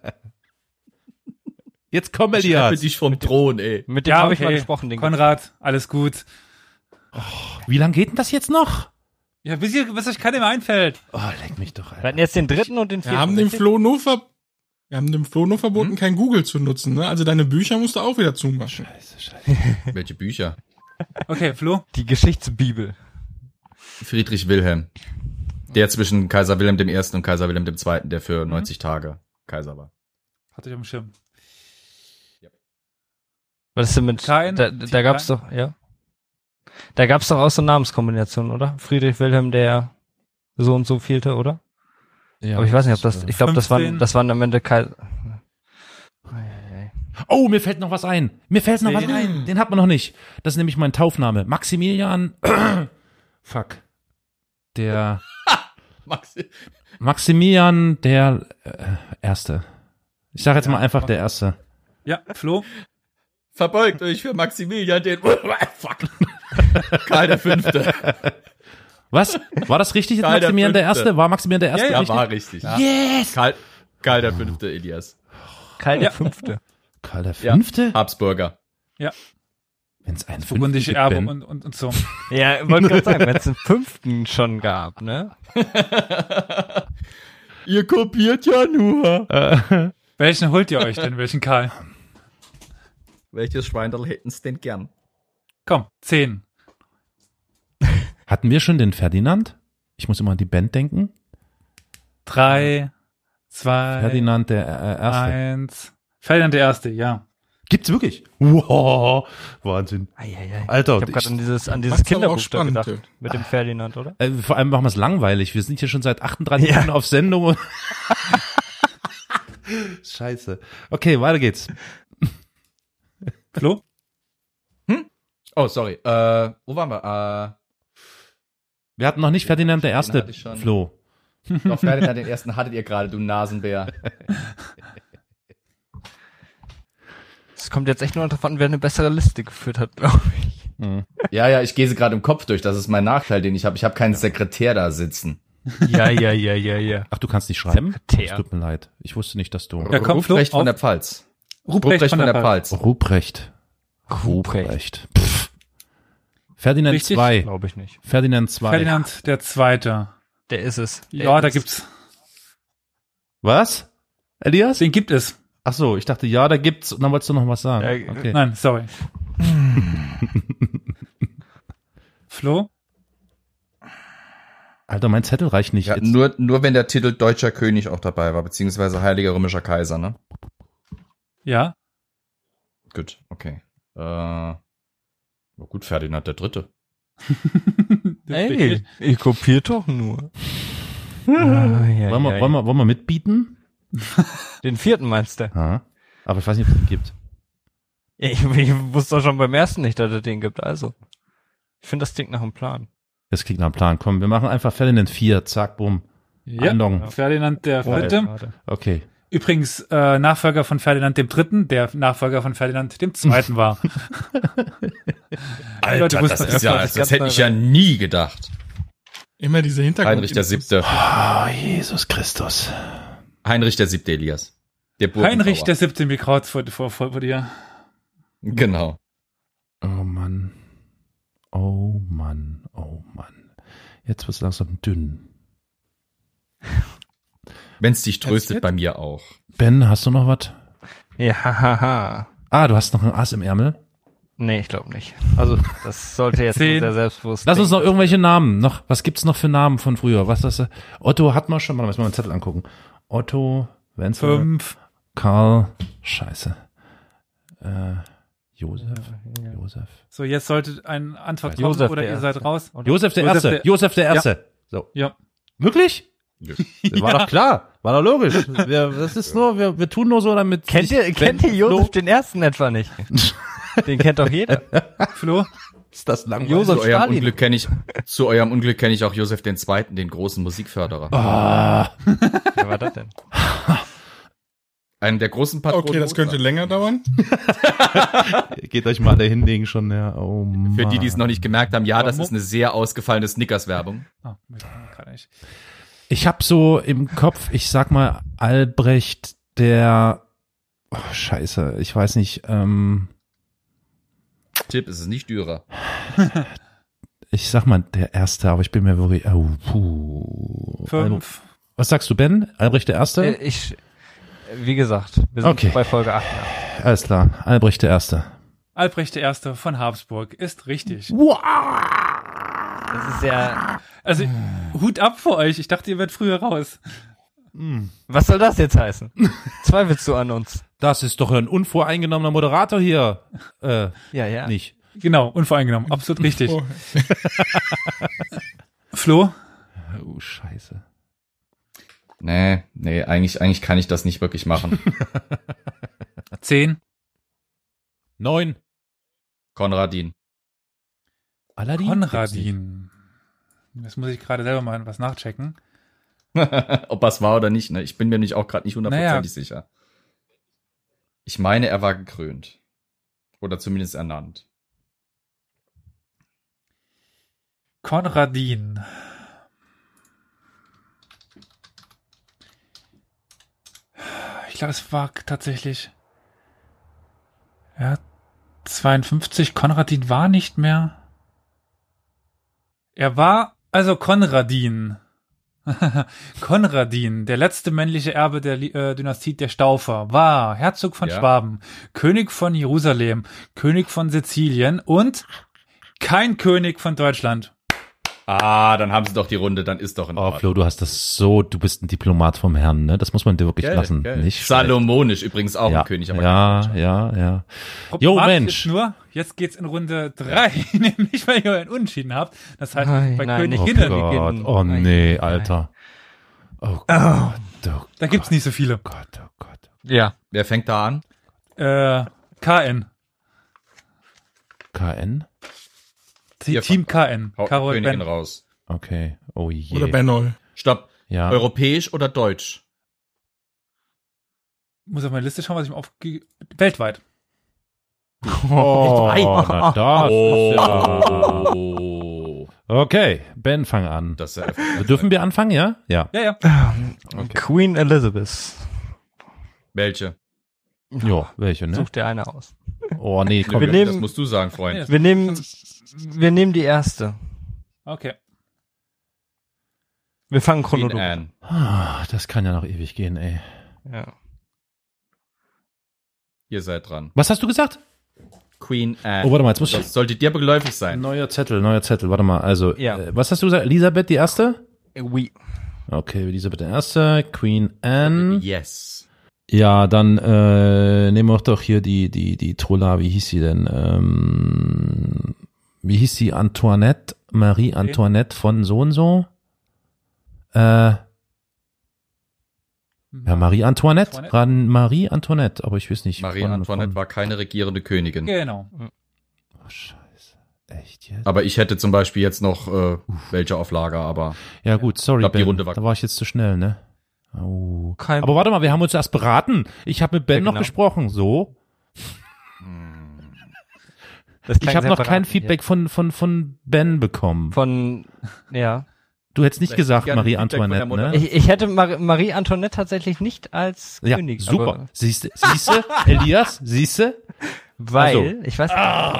Jetzt komm, Ich Elias. schleppe dich vom Thron, ey. Mit dem Ja, habe ich mal okay. gesprochen, den Konrad, alles gut. Wie lange geht denn das jetzt noch? Ja, bis euch keiner mehr einfällt. Oh, leck mich doch, Wir Alter. hatten jetzt den Dritten und den Wir Vierten. haben dem richtig? Flo nur verboten, kein Google zu nutzen. Ne? Also deine Bücher musst du auch wieder zumachen. Scheiße. Welche Bücher? Okay, Flo. Die Geschichtsbibel. Friedrich Wilhelm. Der zwischen Kaiser Wilhelm I. und Kaiser Wilhelm II., der für 90 Tage Kaiser war. Hatte ich auf dem Schirm. Was ist denn mit, Kein- da gab's doch, ja. Da gab's doch auch so Namenskombinationen, oder? Friedrich Wilhelm der so und so vielte, oder? Ja, Aber ich weiß nicht, ob das, ich glaube, das 15. waren am Ende Kaiser. Oh, mir fällt noch was ein. Mir fällt noch was 10. ein. Den hat man noch nicht. Das ist nämlich mein Taufname. Maximilian. Fuck. Der Maxi. Maximilian der Erste. Ich sage jetzt mal einfach der Erste. Ja, Flo. Verbeugt euch für Maximilian den... Fuck. Karl V. Was? War das richtig jetzt Karl der Maximilian der Fünfte. Erste? War Maximilian der Erste Ja, Ja, richtig? war richtig. Yes! Karl der V., Elias. Karl Ja. der Fünfte. Karl der Ja. Fünfte? Habsburger. Wenn es einen Burgundische Fünften Erbe gibt, Ben. und so. Ja, ich wollte gerade sagen, wenn es einen Fünften schon gab, ne? Ihr kopiert ja nur. Welchen holt ihr euch denn? Welchen Karl? Welches Schweinerl hätten's denn gern? Komm, 10. Hatten wir schon den Ferdinand? Ich muss immer an die Band denken. 3, 2, Ferdinand der Erste. 1. Ferdinand der Erste, ja. Gibt's wirklich? Wow, Wahnsinn. Eieiei. Alter, Ich habe gerade an dieses Macht's aber Kinderbuch auch da spannend, gedacht. ja. Mit dem Ferdinand, oder? vor allem machen wir es langweilig. Wir sind hier schon seit 38 Ja. Minuten auf Sendung. Und Scheiße. Okay, weiter geht's. Flo? Oh, sorry. Wo waren wir? Wir hatten noch nicht Ferdinand der Den Erste, hatte ich schon. Flo. Doch, Ferdinand den Ersten hattet ihr gerade, du Nasenbär. Es kommt jetzt echt nur darauf an, wer eine bessere Liste geführt hat, glaube ich. Ja, ich gehe sie gerade im Kopf durch. Das ist mein Nachteil, den ich habe. Ich habe keinen Sekretär da sitzen. Ja. Ach, du kannst nicht schreiben? Sekretär. Es tut mir leid. Ich wusste nicht, dass du... Ja, komm, Flo, Ruprecht von auf. der Pfalz. Ruprecht von der Pfalz. Ruprecht. Pff. Ferdinand Richtig? 2. Glaube ich nicht. Ferdinand 2. Ferdinand der Zweite. Der ist es. Ja, da gibt's. Was? Elias? Den gibt es. Ach so, ich dachte, ja, da gibt's. Und dann wolltest du noch was sagen. Ja, Okay. Nein, sorry. Flo? Alter, mein Zettel reicht nicht. Ja, Jetzt. nur wenn der Titel Deutscher König auch dabei war, beziehungsweise Heiliger Römischer Kaiser, ne? Ja? Gut, okay. Na gut, Ferdinand der Dritte. Ey, ich kopiere doch nur. Wollen wir mitbieten? Den 4. meinst du? Ja. Aber ich weiß nicht, ob es den gibt. Ja, ich wusste doch schon beim ersten nicht, dass es den gibt, also. Ich finde, das klingt nach einem Plan. Das klingt nach einem Plan. Komm, wir machen einfach Ferdinand 4. Zack, bumm. Ja. Einloggen. Ferdinand der Vierte. Okay. Übrigens Nachfolger von Ferdinand dem Dritten, der Nachfolger von Ferdinand dem Zweiten war. Alter, wussten das ist ja, ganz das hätte ich ja nie gedacht. Immer diese Hintergrund. Heinrich der Siebte. Oh, Jesus Christus. Heinrich der Siebte, Elias. Der Heinrich der Siebte mit Kraut vor dir. Genau. Oh Mann. Oh Mann. Oh Mann. Jetzt wird's langsam dünn. Wenn's dich tröstet, bei mir auch. Ben, hast du noch was? Ja, haha. Ah, du hast noch ein Ass im Ärmel? Nee, ich glaube nicht. Also, das sollte jetzt 10. sehr selbstbewusst Lass uns noch denken. irgendwelche Namen. Was gibt's noch für Namen von früher? Was das? Otto hat man schon. Warte mal, meinen Zettel angucken. Otto, Wenzel, 5. Karl, Scheiße. Josef. So, jetzt sollte eine Antwort kommen Josef oder der ihr seid Erste. raus. Josef der Erste. Josef der Erste. So. Ja. Wirklich? Ja. Das war doch klar. War doch logisch. Wir tun nur so, damit. Kennt ihr Josef den Ersten etwa nicht? Den kennt doch jeder. Flo? Ist das langweilig? Josef Zu eurem Stalin. Unglück kenne ich auch Josef den Zweiten, den großen Musikförderer. Wer war das denn? Einen der großen Patronen. Okay, das könnte länger dauern. Geht euch mal dahin legen schon, ja. Oh Mann. Für die es noch nicht gemerkt haben, ja, das ist eine sehr ausgefallene Snickers-Werbung. Oh, gerade nicht. Ich hab so im Kopf, ich sag mal, Albrecht der, Scheiße, ich weiß nicht, Tipp, es ist nicht Dürer. ich sag mal der Erste, aber ich bin mir wirklich, 5. Was sagst du, Ben? Albrecht der Erste? Wie gesagt, wir sind Okay. bei Folge 88. Alles klar, Albrecht der Erste. Albrecht I. von Habsburg ist richtig. Das ist ja, Also, Hut ab vor euch. Ich dachte, ihr werdet früher raus. was soll das jetzt heißen? Zweifelst du an uns? Das ist doch ein unvoreingenommener Moderator hier. Ja. Nicht. Genau, unvoreingenommen. Absolut richtig. Oh, Flo? Oh, Scheiße. Nee, eigentlich kann ich das nicht wirklich machen. 10. 9. Konradin. Aladdin? Konradin. Das muss ich gerade selber mal was nachchecken. Ob das war oder nicht, ne? Ich bin mir nicht auch gerade nicht hundertprozentig Naja. sicher. Ich meine, er war gekrönt. Oder zumindest ernannt. Konradin. Ich glaube, es war tatsächlich. Ja, 52. Konradin war nicht mehr. Er war, also Konradin. Konradin, der letzte männliche Erbe der Dynastie der Staufer, war Herzog von Ja. Schwaben, König von Jerusalem, König von Sizilien und kein König von Deutschland. Ah, dann haben sie doch die Runde, dann ist doch in Oh, Ordnung. Flo, du hast das so, du bist ein Diplomat vom Herrn, ne? Das muss man dir wirklich Gell, lassen. gell. Nicht schlecht. Salomonisch übrigens auch Ja, ein König, aber ja. Jo, Problematisch Mensch. ist nur, jetzt geht's in Runde 3, nämlich weil ihr einen Unentschieden habt. Das heißt, Nein, bei nein, Oh Königinnen, Gott, oh nee, Alter. Oh Gott, oh da gibt's nicht so viele. Gott, oh Gott. Ja. Wer fängt da an? KN. KN? Hier, Team KN. Haut Carol Königin Ben. raus. Okay, oh je. oder Benol. Stopp. Ja. Europäisch oder deutsch? Muss auf meine Liste schauen, was ich mir weltweit. Oh, na das ist ja. Oh. Okay, Ben, fang an. Das ist ja Dürfen wir anfangen, ja? Ja. Ja. Queen Elizabeth. Welche? Jo, welche, ne? Such dir eine aus. Oh, nee, komm. Wir nehmen- Das musst du sagen, Freund. Wir nehmen die erste. Okay. Wir fangen Queen chronologisch. Anne. Ah, das kann ja noch ewig gehen, ey. Ja. Ihr seid dran. Was hast du gesagt? Queen Anne. Oh, warte mal, jetzt muss ich... Das sollte dir geläufig sein. Neuer Zettel, warte mal. Also, Ja. Was hast du gesagt? Elisabeth die Erste? Oui. Okay, Elisabeth die Erste, Queen Anne. Yes. Ja, dann nehmen wir doch hier die Trolla, wie hieß sie denn? Wie hieß sie? Antoinette? Marie Antoinette von so und so? Ja, Marie Antoinette. Marie Antoinette, aber ich weiß nicht. Marie Antoinette war keine regierende Königin. Genau. Oh, scheiße. Echt jetzt? Aber ich hätte zum Beispiel jetzt noch welche auf Lager, aber Ja gut, sorry, Ich glaub, die Ben. Runde war- Da war ich jetzt zu schnell, ne? Oh. Kein Aber warte mal, wir haben uns erst beraten. Ich habe mit Ben Ja, noch genau. gesprochen, so. Das Ich klang habe sehr noch kein beraten Feedback von Ben bekommen. ja. Du hättest nicht gesagt gerne Marie Feedback von der Antoinette, Mutter. ne? Ich hätte Marie Antoinette tatsächlich nicht als Ja, König. super. Aber, Siehste, Elias, siehste? weil, ich weiß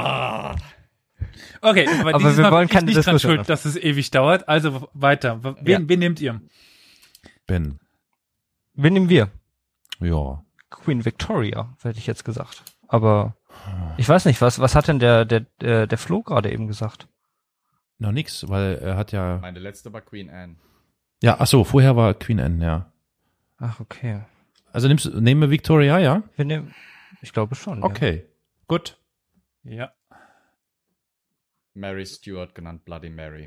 Okay, Aber dieses wir Mal wollen bin ich keine nicht dran Diskussion schuld, dass es ewig dauert. Also weiter. Wen nehmt ihr? Ben. wen nehmen wir? Ja. Queen Victoria, hätte ich jetzt gesagt. Aber ich weiß nicht, was hat denn der Flo gerade eben gesagt? Noch nix, weil er hat ja... meine letzte war Queen Anne. Ja, ach so, vorher war Queen Anne, ja. Ach, okay. Also nehmen wir Victoria, ja? Wir nehmen, ich glaube schon. Okay, gut. Ja. Mary Stuart, genannt Bloody Mary.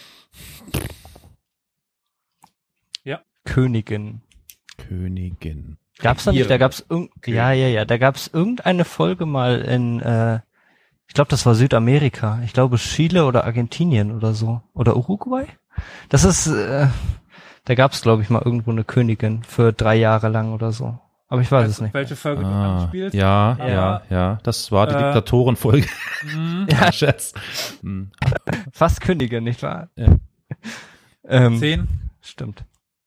Ja. Königin. Königin. Gab's da nicht, da gab's da gab's irgendeine Folge mal in, ich glaube, das war Südamerika. Ich glaube Chile oder Argentinien oder so. Oder Uruguay? Das ist, da gab's, glaube ich, mal irgendwo eine Königin für 3 Jahre lang oder so. Aber ich weiß es nicht. Welche Folge du Ah, anspielst? ja. Das war die Diktatorenfolge. Ja, Schatz. Hm. fast Königin, nicht wahr? Ja. 10. Stimmt.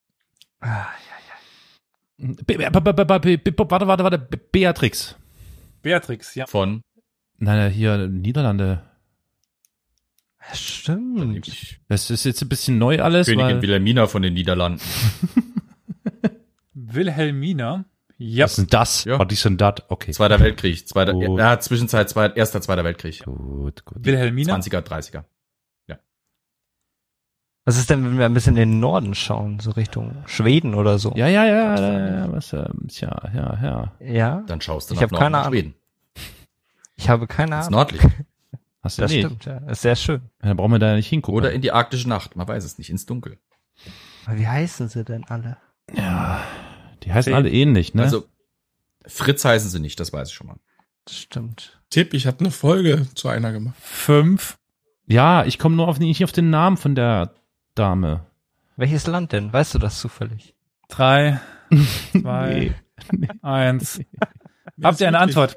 Warte. Beatrix. Beatrix, ja. Von Nein, hier Niederlande. Stimmt. Das ist jetzt ein bisschen neu alles, Königin weil... Wilhelmina von den Niederlanden. Wilhelmina. Ja. Was ist denn das? Ja. Was ist denn das? Okay. Zweiter Weltkrieg. Gut. Zwischenzeit Erster, Zweiter Weltkrieg. Gut. Wilhelmina. 20er, 30er. Was ist denn, wenn wir ein bisschen in den Norden schauen, so Richtung Schweden oder so? Ja. Was, ja. Ja? Dann schaust du Ich nach hab Norden, keine nach Ahnung. Schweden. Ich habe keine Das ist Ahnung. nördlich. Hast du Das nicht? stimmt, ja. Ist sehr schön. Dann brauchen wir da nicht hingucken. Oder in die arktische Nacht. Man weiß es nicht. Ins Dunkel. Aber wie heißen sie denn alle? Ja, die heißen 10. alle ähnlich, ne? Also Fritz heißen sie nicht, das weiß ich schon mal. Das stimmt. Tipp, ich habe eine Folge zu einer gemacht. 5. ja, ich komme nur nicht auf den Namen von der Dame. Welches Land denn? Weißt du das zufällig? 3, 2, 1. Habt ihr eine Antwort?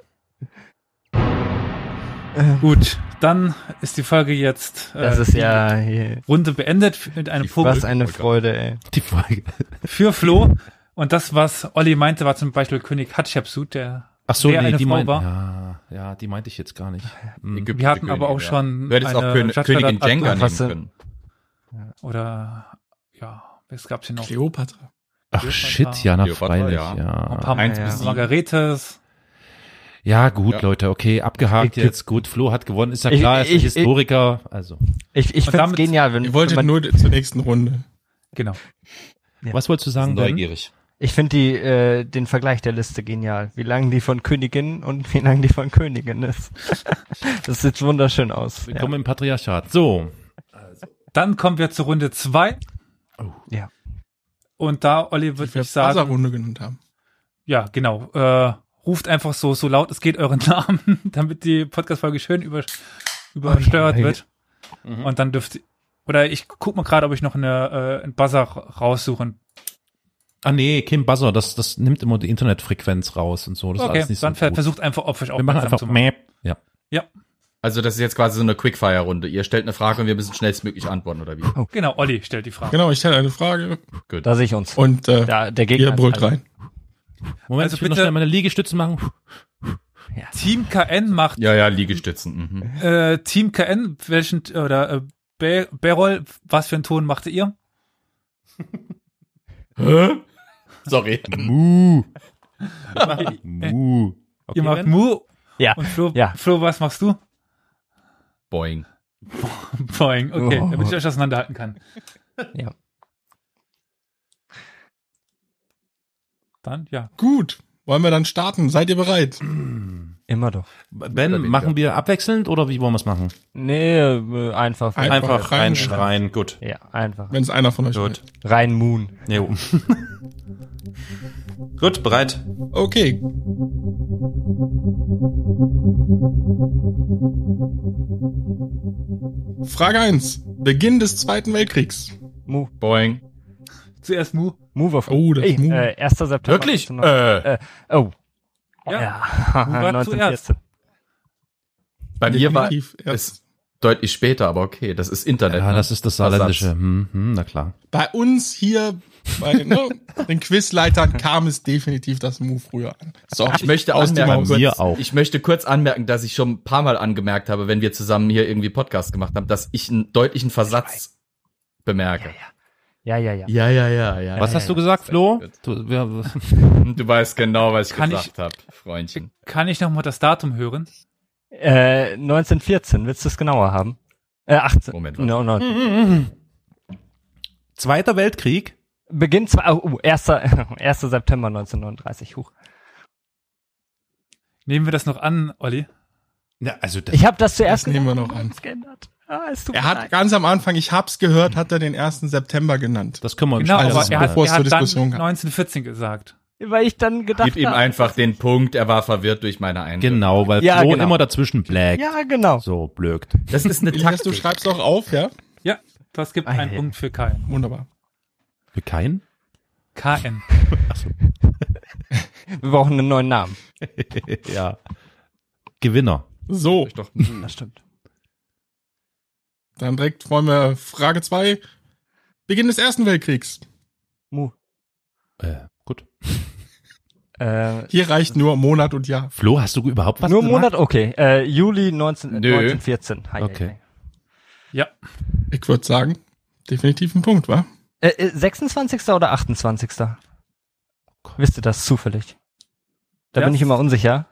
Gut, dann ist die Folge jetzt Das ist ja hier. Runde beendet mit einem Punkt Was eine Freude, ey. Die Folge. für Flo. Und das, was Olli meinte, war zum Beispiel König Hatschepsut, der Ach so, wer nee, eine die Frau meinte, war. ja, die meinte ich jetzt gar nicht. Hm. Ägyptische Wir hatten aber Königin, auch schon Du hättest auch eine Königin Jadschadad Jenga nehmen was denn- können. oder ja, was gab's hier noch? Kleopatra. Ach shit, ja, na Kleopatra, freilich, ja. ja. Pam- 1 ja. bis 7. Margaretes. Ja, gut, Ja. Leute, okay, abgehakt Ich- jetzt. Gut, Flo hat gewonnen, ist ja Ich- klar, ist ein ich- Historiker, also. Ich Und find's damit- genial, wenn Ihr wolltet man, nur zur nächsten Runde. Genau. Ja. Was wolltest du sagen, Ben? Neugierig. ich finde den Vergleich der Liste genial. Wie lang die von Königin und wie lang die von Königin ist. Das sieht wunderschön aus. Willkommen im Patriarchat. So. Dann kommen wir zur Runde 2. Ja. Und da, Olli, Die würde wir ich sagen, Buzzer-Runde genannt haben. ja, genau, ruft einfach so laut es geht euren Namen, damit die Podcast-Folge schön übersteuert ja. wird. Und dann dürft ihr, oder ich guck mal gerade, ob ich noch einen Buzzer raussuche. Ah nee, Kim Buzzer, das nimmt immer die Internetfrequenz raus und so. Das ist Okay, alles nicht so dann gut. versucht einfach auf euch Wir machen aufmerksam einfach zu machen. Map. Also das ist jetzt quasi so eine Quickfire-Runde. Ihr stellt eine Frage und wir müssen schnellstmöglich antworten, oder wie? Genau, Olli stellt die Frage. Genau, ich stelle eine Frage Gut. Da sehe ich uns. und Der Gegner ihr ist brüllt alt. rein. Moment, Also ich will noch bitte- schnell meine Liegestütze machen. Team KN macht, Ja, Liegestützen. Mhm. Team KN, Berol, was für einen Ton machte ihr? Sorry. Mu. Mu. Okay, Ihr macht Ben? Mu. Ja. Und Flo, Ja. Flo, was machst du? Boing. Boing, okay, Oh. damit ich euch auseinanderhalten kann. Ja. Dann, ja. Gut, wollen wir dann starten? Seid ihr bereit? Immer doch. Ben, machen wir abwechselnd oder wie wollen wir es machen? Nee, einfach. Einfach reinschreien, gut. Ja, einfach. Wenn es einer von euch Gut. will. Rein Moon. Jo. Gut, bereit. Okay. Frage 1. Beginn des Zweiten Weltkriegs. Mu. Boing. Zuerst Mu. Move of. Oh, das Ey, Mu. 1. September. Wirklich? 1900. Oh. Ja. Mu war 1914. Bei mir war Definitiv erst. es deutlich später, aber okay, das ist Internet. Ja, ne? das ist das Saarländische. Na klar. Bei uns hier bei den Quizleitern kam es definitiv das Mu früher an. So, Ich möchte aus dem anmerken, Auge. Mir auch. Ich möchte kurz anmerken, dass ich schon ein paar Mal angemerkt habe, wenn wir zusammen hier irgendwie Podcast gemacht haben, dass ich einen deutlichen Versatz bemerke. Ja. Ja. Was hast du gesagt, Flo? Du weißt genau, was ich Kann gesagt habe, Freundchen. Kann ich noch mal das Datum hören? 1914. Willst du es genauer haben? 18. Moment, No, no. Zweiter Weltkrieg? Beginn 1. September 1939. Huch. Nehmen wir das noch an, Olli? Ja, also das, Ich habe das zuerst Das nehmen wir noch an. geändert. Es tut Er mir hat leid. ganz am Anfang, ich hab's gehört, hat er den 1. September genannt. das können wir Genau, Also, aber er hat, bevor es er zur hat dann Diskussion kam. 1914 gesagt. Weil ich dann gedacht Gib ihm habe. einfach den Punkt, er war verwirrt durch meine Eindrücke. Genau, weil Ja, Flo genau. immer dazwischen blägt. Ja, genau. So, blökt. Das ist eine Elias, du Taktik. schreibst auch auf, ja? Ja, das gibt einen Ei. Punkt für KN. Wunderbar. Für keinen? KN. Wir brauchen einen neuen Namen. Ja. Gewinner. So, Doch, Das stimmt. dann direkt wollen wir Frage 2. Beginn des Ersten Weltkriegs. Mu. Gut. Hier reicht nur Monat und Jahr. Flo, hast du überhaupt was Nur gemacht? Monat, okay. Juli 1914. Hi, Okay. hi. Ja. Ich würde sagen, definitiv ein Punkt, wa? 26. oder 28. Wisst ihr das zufällig? Da Ja. bin ich immer unsicher.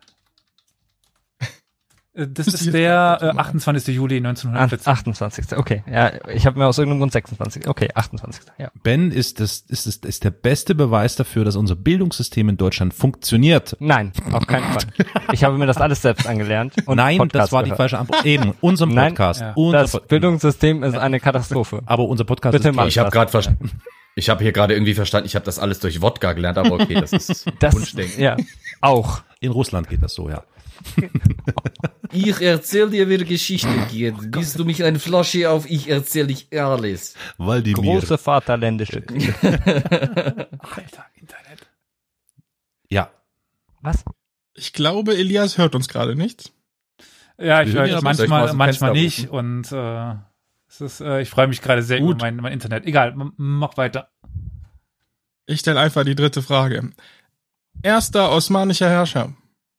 Das Müsste ich ist jetzt der mal machen. 28. Juli 1914. 28. Okay. Ja, ich habe mir aus irgendeinem Grund 26. Okay, 28. Ja. Ben ist der beste Beweis dafür, dass unser Bildungssystem in Deutschland funktioniert. Nein, auf keinen Fall. Ich habe mir das alles selbst angelernt. Und Nein, Podcast das war die gehört. falsche Antwort. Eben, unserem Nein. Podcast. Ja. Unser Das Bildungssystem ist eine Katastrophe. aber unser Podcast Bitte ist mach toll. Ich habe gerade verstanden. Ich habe hier gerade irgendwie verstanden, ich habe das alles durch Wodka gelernt, aber okay, das ist Das, Wunschdenken. ja, auch. In Russland geht das so, ja. Ich erzähl dir, wie die Geschichte geht. Gibst du mich eine Flasche auf, ich erzähl dich alles. Waldimir. Große Vaterländische. Alter, Internet. Ja. Was? Ich glaube, Elias hört uns gerade nicht. Ja, ich Wir höre hören dich ja, soll ich mal manchmal, aus dem Fenster manchmal nicht und es ist, ich freue mich gerade sehr Gut. über mein Internet. Egal, mach weiter. Ich stelle einfach die dritte Frage. Erster osmanischer Herrscher.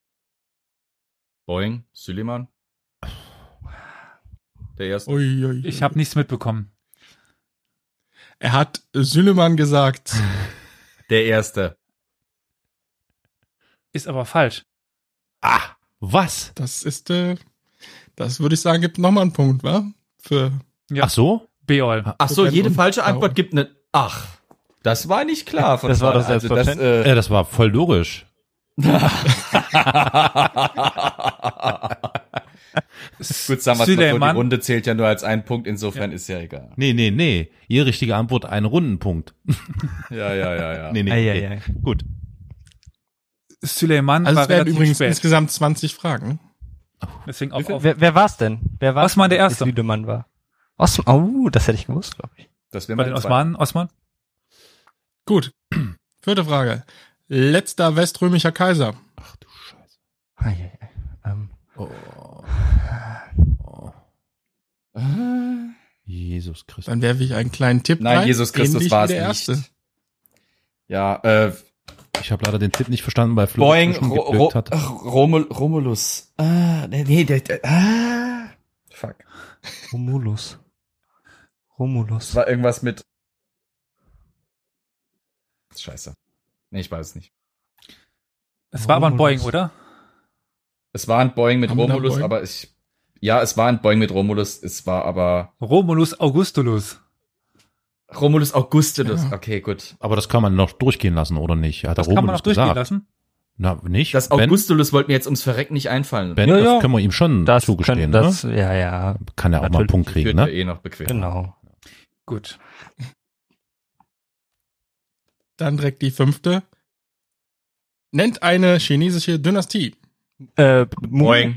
Boing, Süleyman. Der erste. Uiui. Ich habe nichts mitbekommen. Er hat Süleyman gesagt. Der erste. Ist aber falsch. Was? Das ist, das würde ich sagen, gibt nochmal einen Punkt, wa? Für Ja. Ach so? Beol. Ach so, Ben jede und falsche Blau. Antwort gibt eine. Ach, das war nicht klar. Von Das war doch vorne. selbstverständlich. Das war voll logisch. Gut, sagen wir mal so, die Süleyman. Runde zählt ja nur als ein Punkt, insofern ist ja egal. Nee. Jede richtige Antwort einen Rundenpunkt. Ja. Nee. Ei. Gut. Süleyman Also war es werden relativ übrigens spät. insgesamt 20 Fragen. Deswegen auf. Wer war's denn? Wer war Osman der Erste. Lüdemann war. Osman, das hätte ich gewusst, glaube ich. Das wäre Bei mal den Osmanen? Gut. Vierte Frage. Letzter weströmischer Kaiser. Ach du Scheiße. Ei. Jesus Christus. Dann werfe ich einen kleinen Tipp Nein, rein. Jesus Christus ähnlich war wie es der nicht. erste. Ja, Ich habe leider den Tipp nicht verstanden, weil Flo Boing, schon geblökt hat. Romulus. Fuck. Romulus. Es war irgendwas mit. Scheiße. Nee, ich weiß es nicht. Es war aber ein Boeing, Romulus. oder? Es war ein Boing mit Haben wir da Romulus, Boing? aber es war ein Boing mit Romulus, es war aber Romulus Augustulus. Romulus Augustulus. Ja. Okay, gut. Aber das kann man noch durchgehen lassen, oder nicht? Hat Das der kann man Romulus noch durchgehen gesagt. lassen. Na, nicht? Das Ben, Augustulus wollte mir jetzt ums Verrecken nicht einfallen. Ben, Ja, das ja. können wir ihm schon Das zugestehen, können, das, ne? ja. Kann er auch mal einen natürlich. Punkt kriegen, Führt ne? mir eh noch bequem. Genau. Gut. Dann direkt die 5. Nennt eine chinesische Dynastie. Boing.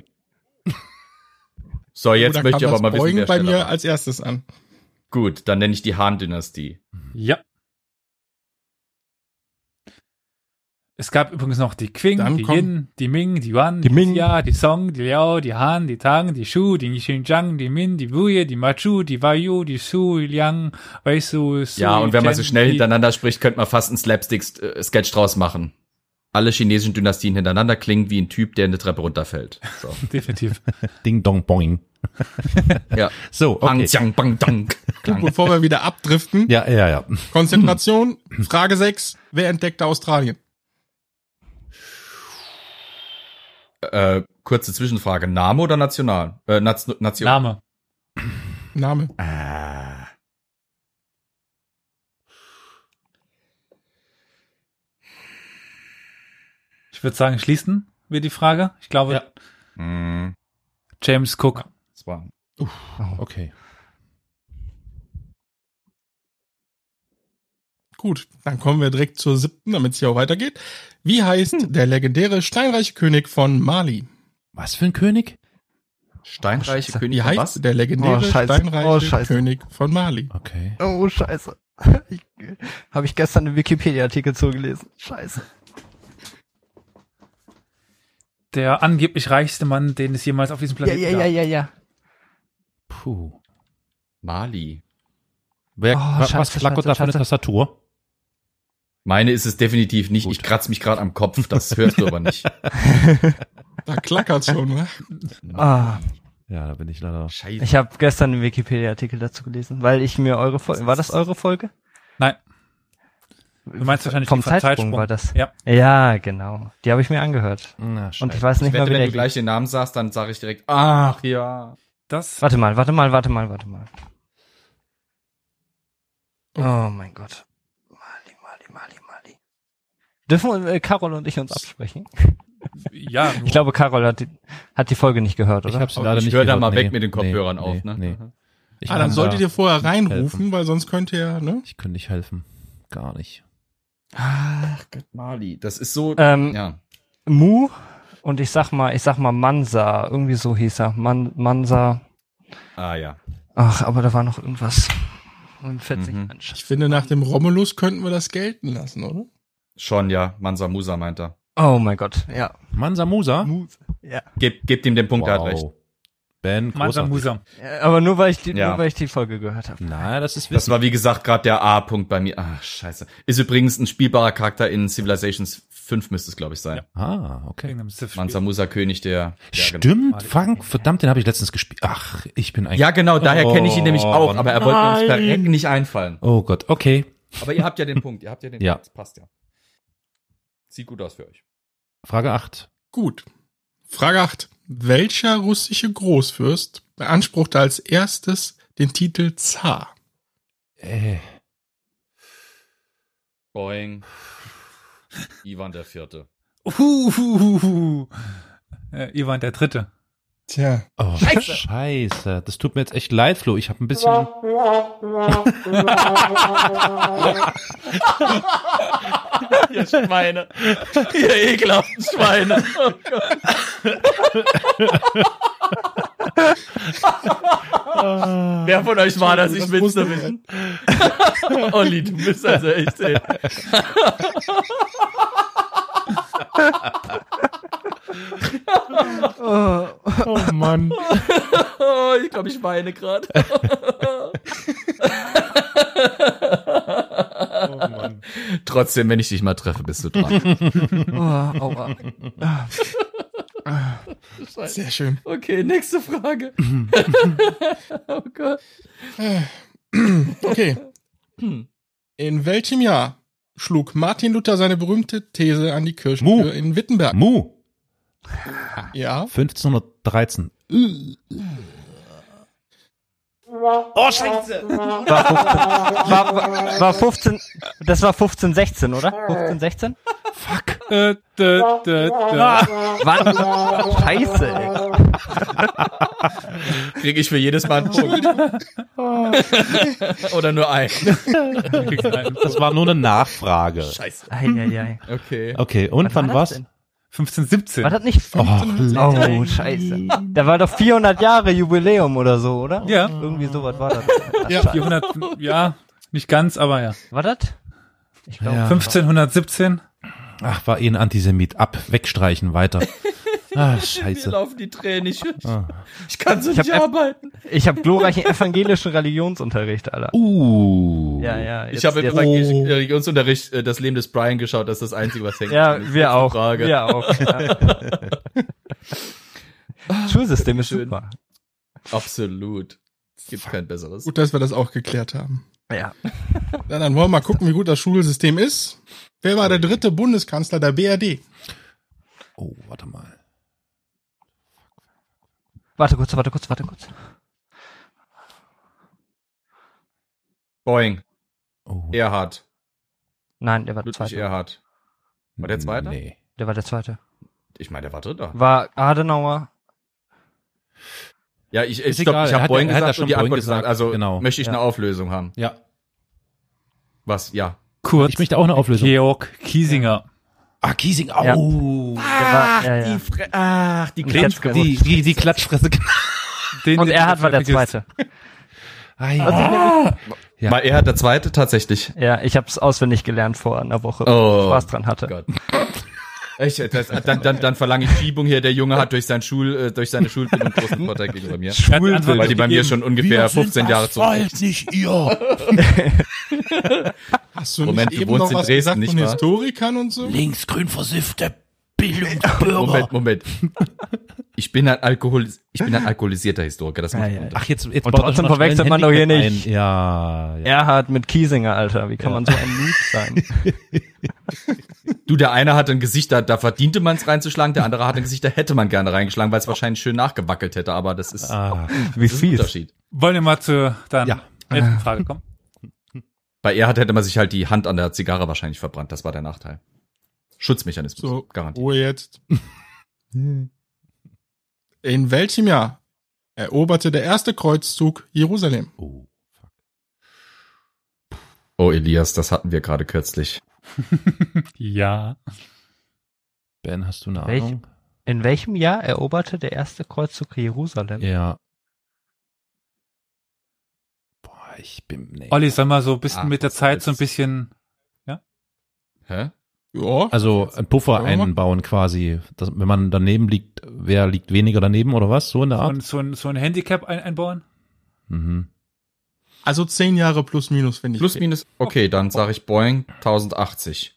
So, jetzt Oder möchte ich kam aber das mal wissen, Boing wer bei schneller mir war. als erstes an. Gut, dann nenne ich die Han-Dynastie. Ja. Es gab übrigens noch die Qing, Dann die kommt- Yin, die Ming, die Yuan, Die Ming. Xia, die Song, die Liao, die Han, die Tang, die Shu, die Xinjiang, die Min, die Wuye, die Machu, die Waiyu, die Su, Liang, Weisu, Su, Ja, und wenn man so Chen, schnell die- hintereinander spricht, könnte man fast einen Slapstick-Sketch draus machen. Alle chinesischen Dynastien hintereinander klingen wie ein Typ, der eine Treppe runterfällt. So. Definitiv. Ding, dong, boing. Ja. So, Bang, okay. tjang, bang, dang. Gut, bevor wir wieder abdriften. Ja. Konzentration. Frage 6. Wer entdeckte Australien? Kurze Zwischenfrage. Name oder national? Nation. Name. Name. Ich würde sagen, schließen wir die Frage. Ich glaube, Ja. James Cook. Das war Okay. Gut, dann kommen wir direkt zur 7., damit es hier auch weitergeht. Wie heißt der legendäre steinreiche König von Mali? Was für ein König? Steinreiche Scheiße. König Wie von heißt was? der legendäre Oh, Scheiße. steinreiche Oh, Scheiße. König von Mali? Okay. Oh, scheiße. Habe ich gestern einen Wikipedia-Artikel zugelesen. Scheiße. Der angeblich reichste Mann, den es jemals auf diesem Planeten gab. Ja. Puh. Mali. Wer, Oh, was scheiße, flackert da für eine scheiße. Tastatur? Meine ist es definitiv nicht. Gut. Ich kratze mich gerade am Kopf. Das hörst du aber nicht. Da klackert schon, ne? Ah, Ja, da bin ich leider. Scheiße. ich habe gestern einen Wikipedia-Artikel dazu gelesen, weil ich mir eure Folge, war das eure Folge? Nein. Du meinst wahrscheinlich Vom die von Zeitsprung war das. Ja. Ja, genau. Die habe ich mir angehört. Na, Und ich weiß Ich nicht wette, mehr, wie wenn der du gleich den Namen sagst, dann sage ich direkt, ach ja. Das Warte mal. Oh mein Gott. Mali. Dürfen Carol und ich uns absprechen? ja, Ich glaube, Carol hat die Folge nicht gehört, Ich oder? hab's Aber leider ich nicht höre da gehört. mal Nee, weg mit den Kopfhörern auf, ne? Nee. Ich Dann kann solltet da- ihr vorher reinrufen, helfen. weil sonst könnt ihr, ne? Ich könnte nicht helfen. Gar nicht. Ach Gott, Mali. Das ist so, ja. Mu und ich sag mal Mansa, irgendwie so hieß er. Mansa. Ah ja. Ach, aber da war noch irgendwas. Und fällt sich an. Ich finde, nach dem Romulus könnten wir das gelten lassen, oder? Schon, ja. Mansa Musa meint er. Oh mein Gott, ja. Mansa Musa? Ja. Gebt ihm den Punkt, er hat recht. Ben, Mansa großartig. Musa. Aber nur weil ich Ja. die Folge gehört habe. Na, das ist Das Wissen. war, wie gesagt, gerade der A-Punkt bei mir. Ach, scheiße. Ist übrigens ein spielbarer Charakter in Civilizations 5 müsste es, glaube ich, sein. Okay. Irgendeinem Civ-Spiel. Mansa Musa König, der... Stimmt, Frank, verdammt, den habe ich letztens gespielt. Ach, ich bin eigentlich... Ja, genau, daher kenne ich ihn nämlich auch, aber er wollte mir ums nein. Verrecken nicht einfallen. Oh Gott, okay. Aber ihr habt ja den Punkt, Ja. Punkt. Das passt ja. Sieht gut aus für euch. Frage 8. Gut. Frage 8. Welcher russische Großfürst beanspruchte als erstes den Titel Zar? Boing. Ivan der Vierte. Ivan der Dritte. Tja. Oh, Scheiße. Das tut mir jetzt echt leid, Flo. Ich habe ein bisschen... Ihr Schweine. Ihr ekelhaften Schweine. Oh Gott. Wer von euch war das? Ich Das will's musste nur wissen. Olli, du bist also echt... ey. Oh Mann. Oh, ich glaube, ich weine gerade. Trotzdem, wenn ich dich mal treffe, bist du dran. Aua. Sehr schön. Okay, nächste Frage. Oh Gott. Okay. In welchem Jahr schlug Martin Luther seine berühmte These an die Kirchentür in Wittenberg? Mu. Ja. 1513. Oh, Scheiße! War 15, das war 1516, oder? 1516? Fuck. Wann? Scheiße, ey. Krieg ich für jedes Mal einen Punkt. Oder nur einen? Das war nur eine Nachfrage. Scheiße. Ei. Okay. Okay, und wann war das was? denn? 1517. War das nicht? Oh, Scheiße. Da war doch 400 Jahre Jubiläum oder so, oder? Ja. Irgendwie sowas war das. Ja. 400, ja, nicht ganz, aber ja. War das? Ich glaube. Ja. 1517. Ach, war ein Antisemit. Wegstreichen, weiter. Ah, Mir scheiße. laufen die Tränen. Ich Ah. kann so nicht arbeiten. Ich habe glorreichen evangelischen Religionsunterricht, Alter. Ja. Ich habe im evangelischen Religionsunterricht das Leben des Brian geschaut. Das ist das Einzige, was hängt. Ja, Das ist wir eine auch. Frage. Wir auch. Ja. Schulsystem ist Schön. super. Absolut. Gibt kein besseres. Gut, dass wir das auch geklärt haben. Ja. Na, dann wollen wir mal gucken, wie gut das Schulsystem ist. Wer war der dritte Bundeskanzler der BRD? Oh, warte mal. Warte kurz. Boing. Oh. Erhard. Nein, der war der Ludwig zweite. Erhard. War der zweite? Nee. Der war der zweite. Ich meine, der war dritter. War Adenauer. Ja, ich Ist glaube, egal, ich er habe hat Boing ja- er hat ja gesagt schon und die Boing Antwort gesagt, gesagt. Also genau. möchte ich Ja. eine Auflösung haben. Ja. Was? Ja. Kurz. Ich möchte auch eine Auflösung. Georg Kiesinger. Ah, Kiesing. Ja. Oh. Der war, ja. Die Ich hätt's gewusst. Die Klatschfresse. Den Und Erhard war der vergisst. zweite. Ja. War Erhard der zweite tatsächlich? Ja, ich habe es auswendig gelernt vor einer Woche, Oh. wo ich Spaß dran hatte. Gott. Dann verlange ich Schiebung hier. Der Junge hat durch seine Schulbildung großen Vorteil gegenüber mir. Antwort Weil die bei mir gegeben. schon ungefähr 15 Jahre zurück. nicht ihr. Hast du Moment, nicht du eben wohnst noch in was Dresden, gesagt nicht von wahr? Historikern und so? Linksgrün versiffte Bildungsbürger. Moment. Ich bin ein alkoholisierter Historiker. Das macht Ja. Unterschied. Ach, jetzt Und baut er trotzdem schon mal verwechselt schnell ein man doch hier Handicap nicht. ein. Ja. Erhard mit Kiesinger, Alter. Wie kann man so ein Noob sein? Du, der eine hatte ein Gesicht, da verdiente man es reinzuschlagen, der andere hatte ein Gesicht, da hätte man gerne reingeschlagen, weil es wahrscheinlich schön nachgewackelt hätte, aber das ist Ah. Wie ein fies. Unterschied. Wollen wir mal zu deiner Ja. letzten Frage kommen? Bei Erhard hätte man sich halt die Hand an der Zigarre wahrscheinlich verbrannt, das war der Nachteil. Schutzmechanismus, So, garantiert. Ruhe jetzt. In welchem Jahr eroberte der erste Kreuzzug Jerusalem? Oh. Oh, Elias, das hatten wir gerade kürzlich. Ja. Ben, hast du eine Welch- Ahnung? In welchem Jahr eroberte der erste Kreuzzug Jerusalem? Ja. Boah, ich bin. Nee. Olli, sag mal so ein bisschen Ah, mit der das Zeit so ein ist- bisschen, Hä? Ja. Also ein Puffer Schauen wir mal. einbauen quasi. Das, wenn man daneben liegt, wer liegt weniger daneben oder was? So in der Art? so ein Handicap einbauen? Mhm. Also 10 Jahre plus minus, finde ich. Plus, minus, okay, dann sage ich Boeing 1080.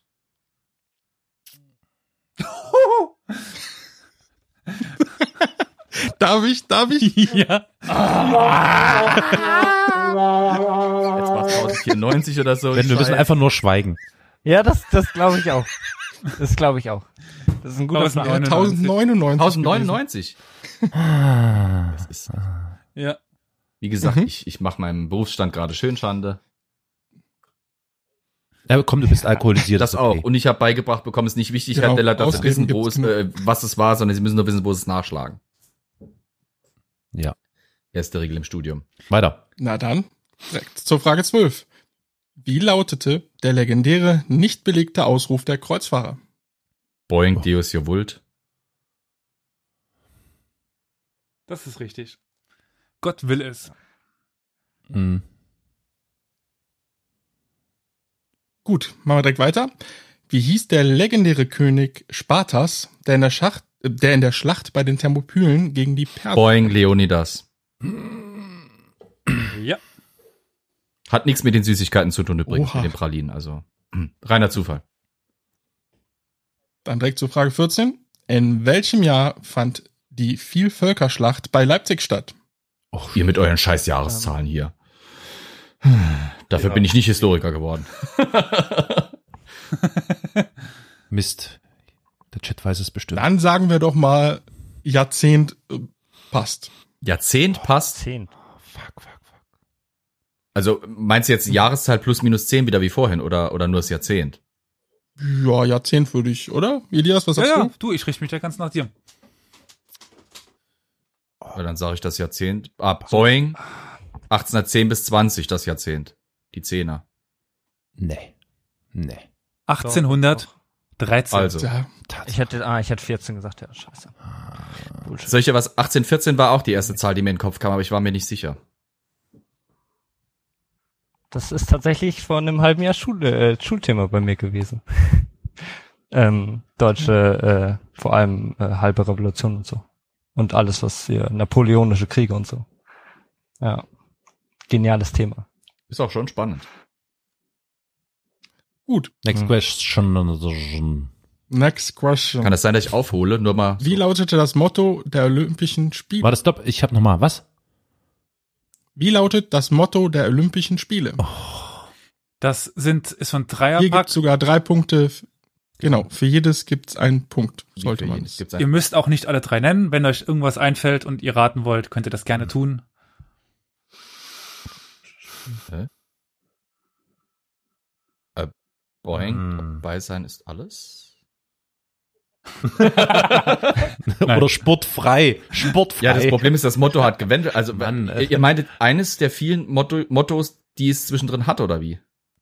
Darf ich? Ja. Jetzt war es 1094 oder so. Wenn wir müssen einfach nur schweigen. Ja, das glaube ich auch. Das glaube ich auch. Das ist ein guter Plan. 1099. 1099. 1099. Ah. Das ist, Ja. wie gesagt, Mhm. ich mache meinem Berufsstand gerade schön Schande. Ja, komm, du bist alkoholisiert. Das ist auch. okay. Und ich habe beigebracht bekommen, es ist nicht wichtig, Genau, Herr Deller, dass Sie Ausreden wissen, wo gibt's es, was es war, sondern Sie müssen nur wissen, wo Sie es nachschlagen. Ja. Erste Regel im Studium. Weiter. Na dann, direkt zur Frage 12. Wie lautete der legendäre, nicht belegte Ausruf der Kreuzfahrer? Boeing, Deus Jovult. Das ist richtig. Gott will es. Mhm. Gut, machen wir direkt weiter. Wie hieß der legendäre König Spartas, der in der Schlacht bei den Thermopylen gegen die Perser? Boeing, Leonidas. Ja. Hat nichts mit den Süßigkeiten zu tun übrigens, Oha. mit den Pralinen, also. Reiner Zufall. Dann direkt zur Frage 14. In welchem Jahr fand die Vielvölkerschlacht bei Leipzig statt? Och, ihr mit euren scheiß Jahreszahlen hier. Dafür bin ich nicht Historiker geworden. Mist. Der Chat weiß es bestimmt. Dann sagen wir doch mal, Jahrzehnt passt. Jahrzehnt passt. 10. Fuck. Also meinst du jetzt Jahreszahl plus minus 10 wieder wie vorhin oder nur das Jahrzehnt? Ja, Jahrzehnt würde ich, oder? Elias, was sagst Ja, du, ich richte mich da ganz nach dir. Ja, dann sage ich das Jahrzehnt. Boeing 1810 bis 20, das Jahrzehnt. Die Zehner. Nee. 1813. Also. Ja, Ich hätte 14 gesagt, ja, scheiße. Bullshit. Soll ich ja was? 1814 war auch die erste Zahl, die mir in den Kopf kam, aber ich war mir nicht sicher. Das ist tatsächlich vor einem halben Jahr Schulthema bei mir gewesen. Deutsche, vor allem halbe Revolution und so. Und alles, was hier, napoleonische Kriege und so. Ja. Geniales Thema. Ist auch schon spannend. gut. Next question. Next question. Kann es sein, dass ich aufhole? Nur mal. Wie lautete das Motto der Olympischen Spiele? Warte, stopp. Ich habe noch mal was? Wie lautet das Motto der Olympischen Spiele? Das ist so ein Hier Dreierpack. gibt es sogar 3 Punkte. Genau, für jedes gibt es einen Punkt. Sollte man es. Gibt's Ihr müsst auch nicht alle 3 nennen. Wenn euch irgendwas einfällt und ihr raten wollt, könnt ihr das gerne tun. Boeing, dabei sein ist alles. Oder sportfrei. Ja, das Problem ist, das Motto hat gewendet. Also, Mann, ihr meintet eines der vielen Mottos, die es zwischendrin hat, oder wie?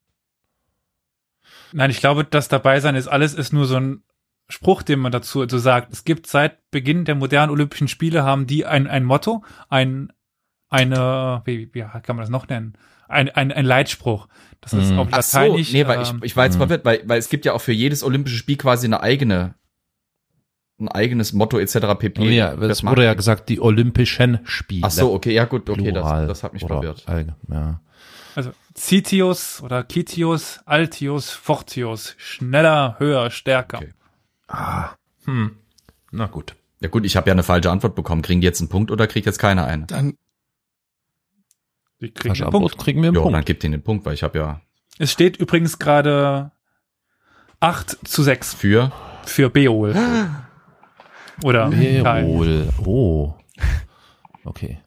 Nein, ich glaube, das Dabeisein ist alles, ist nur so ein Spruch, den man dazu so sagt. Es gibt seit Beginn der modernen Olympischen Spiele haben die ein Motto, wie kann man das noch nennen? Ein Leitspruch. Das ist auf Ach so, Lateinisch. nee, weil ich war jetzt verwirrt, weil es gibt ja auch für jedes olympische Spiel quasi ein eigenes Motto etc. pp. Oh ja, es wurde ja gesagt, die Olympischen Spiele. Ach so, okay, ja gut, okay, Plural das hat mich oder verwirrt. Ja. Also Citius oder Kitius, Altius, Fortius. Schneller, höher, stärker. Okay. Na gut. Ja gut, ich habe ja eine falsche Antwort bekommen. Kriegen die jetzt einen Punkt oder kriegt jetzt keiner eine? Dann Die kriegen Falsche einen Antwort Punkt. kriegen wir einen Jo, dann Punkt. gibt ihnen den Punkt, weil ich habe ja Es steht übrigens gerade 8:6 für Beol. Oder Kai. Jawohl. Oh. Okay.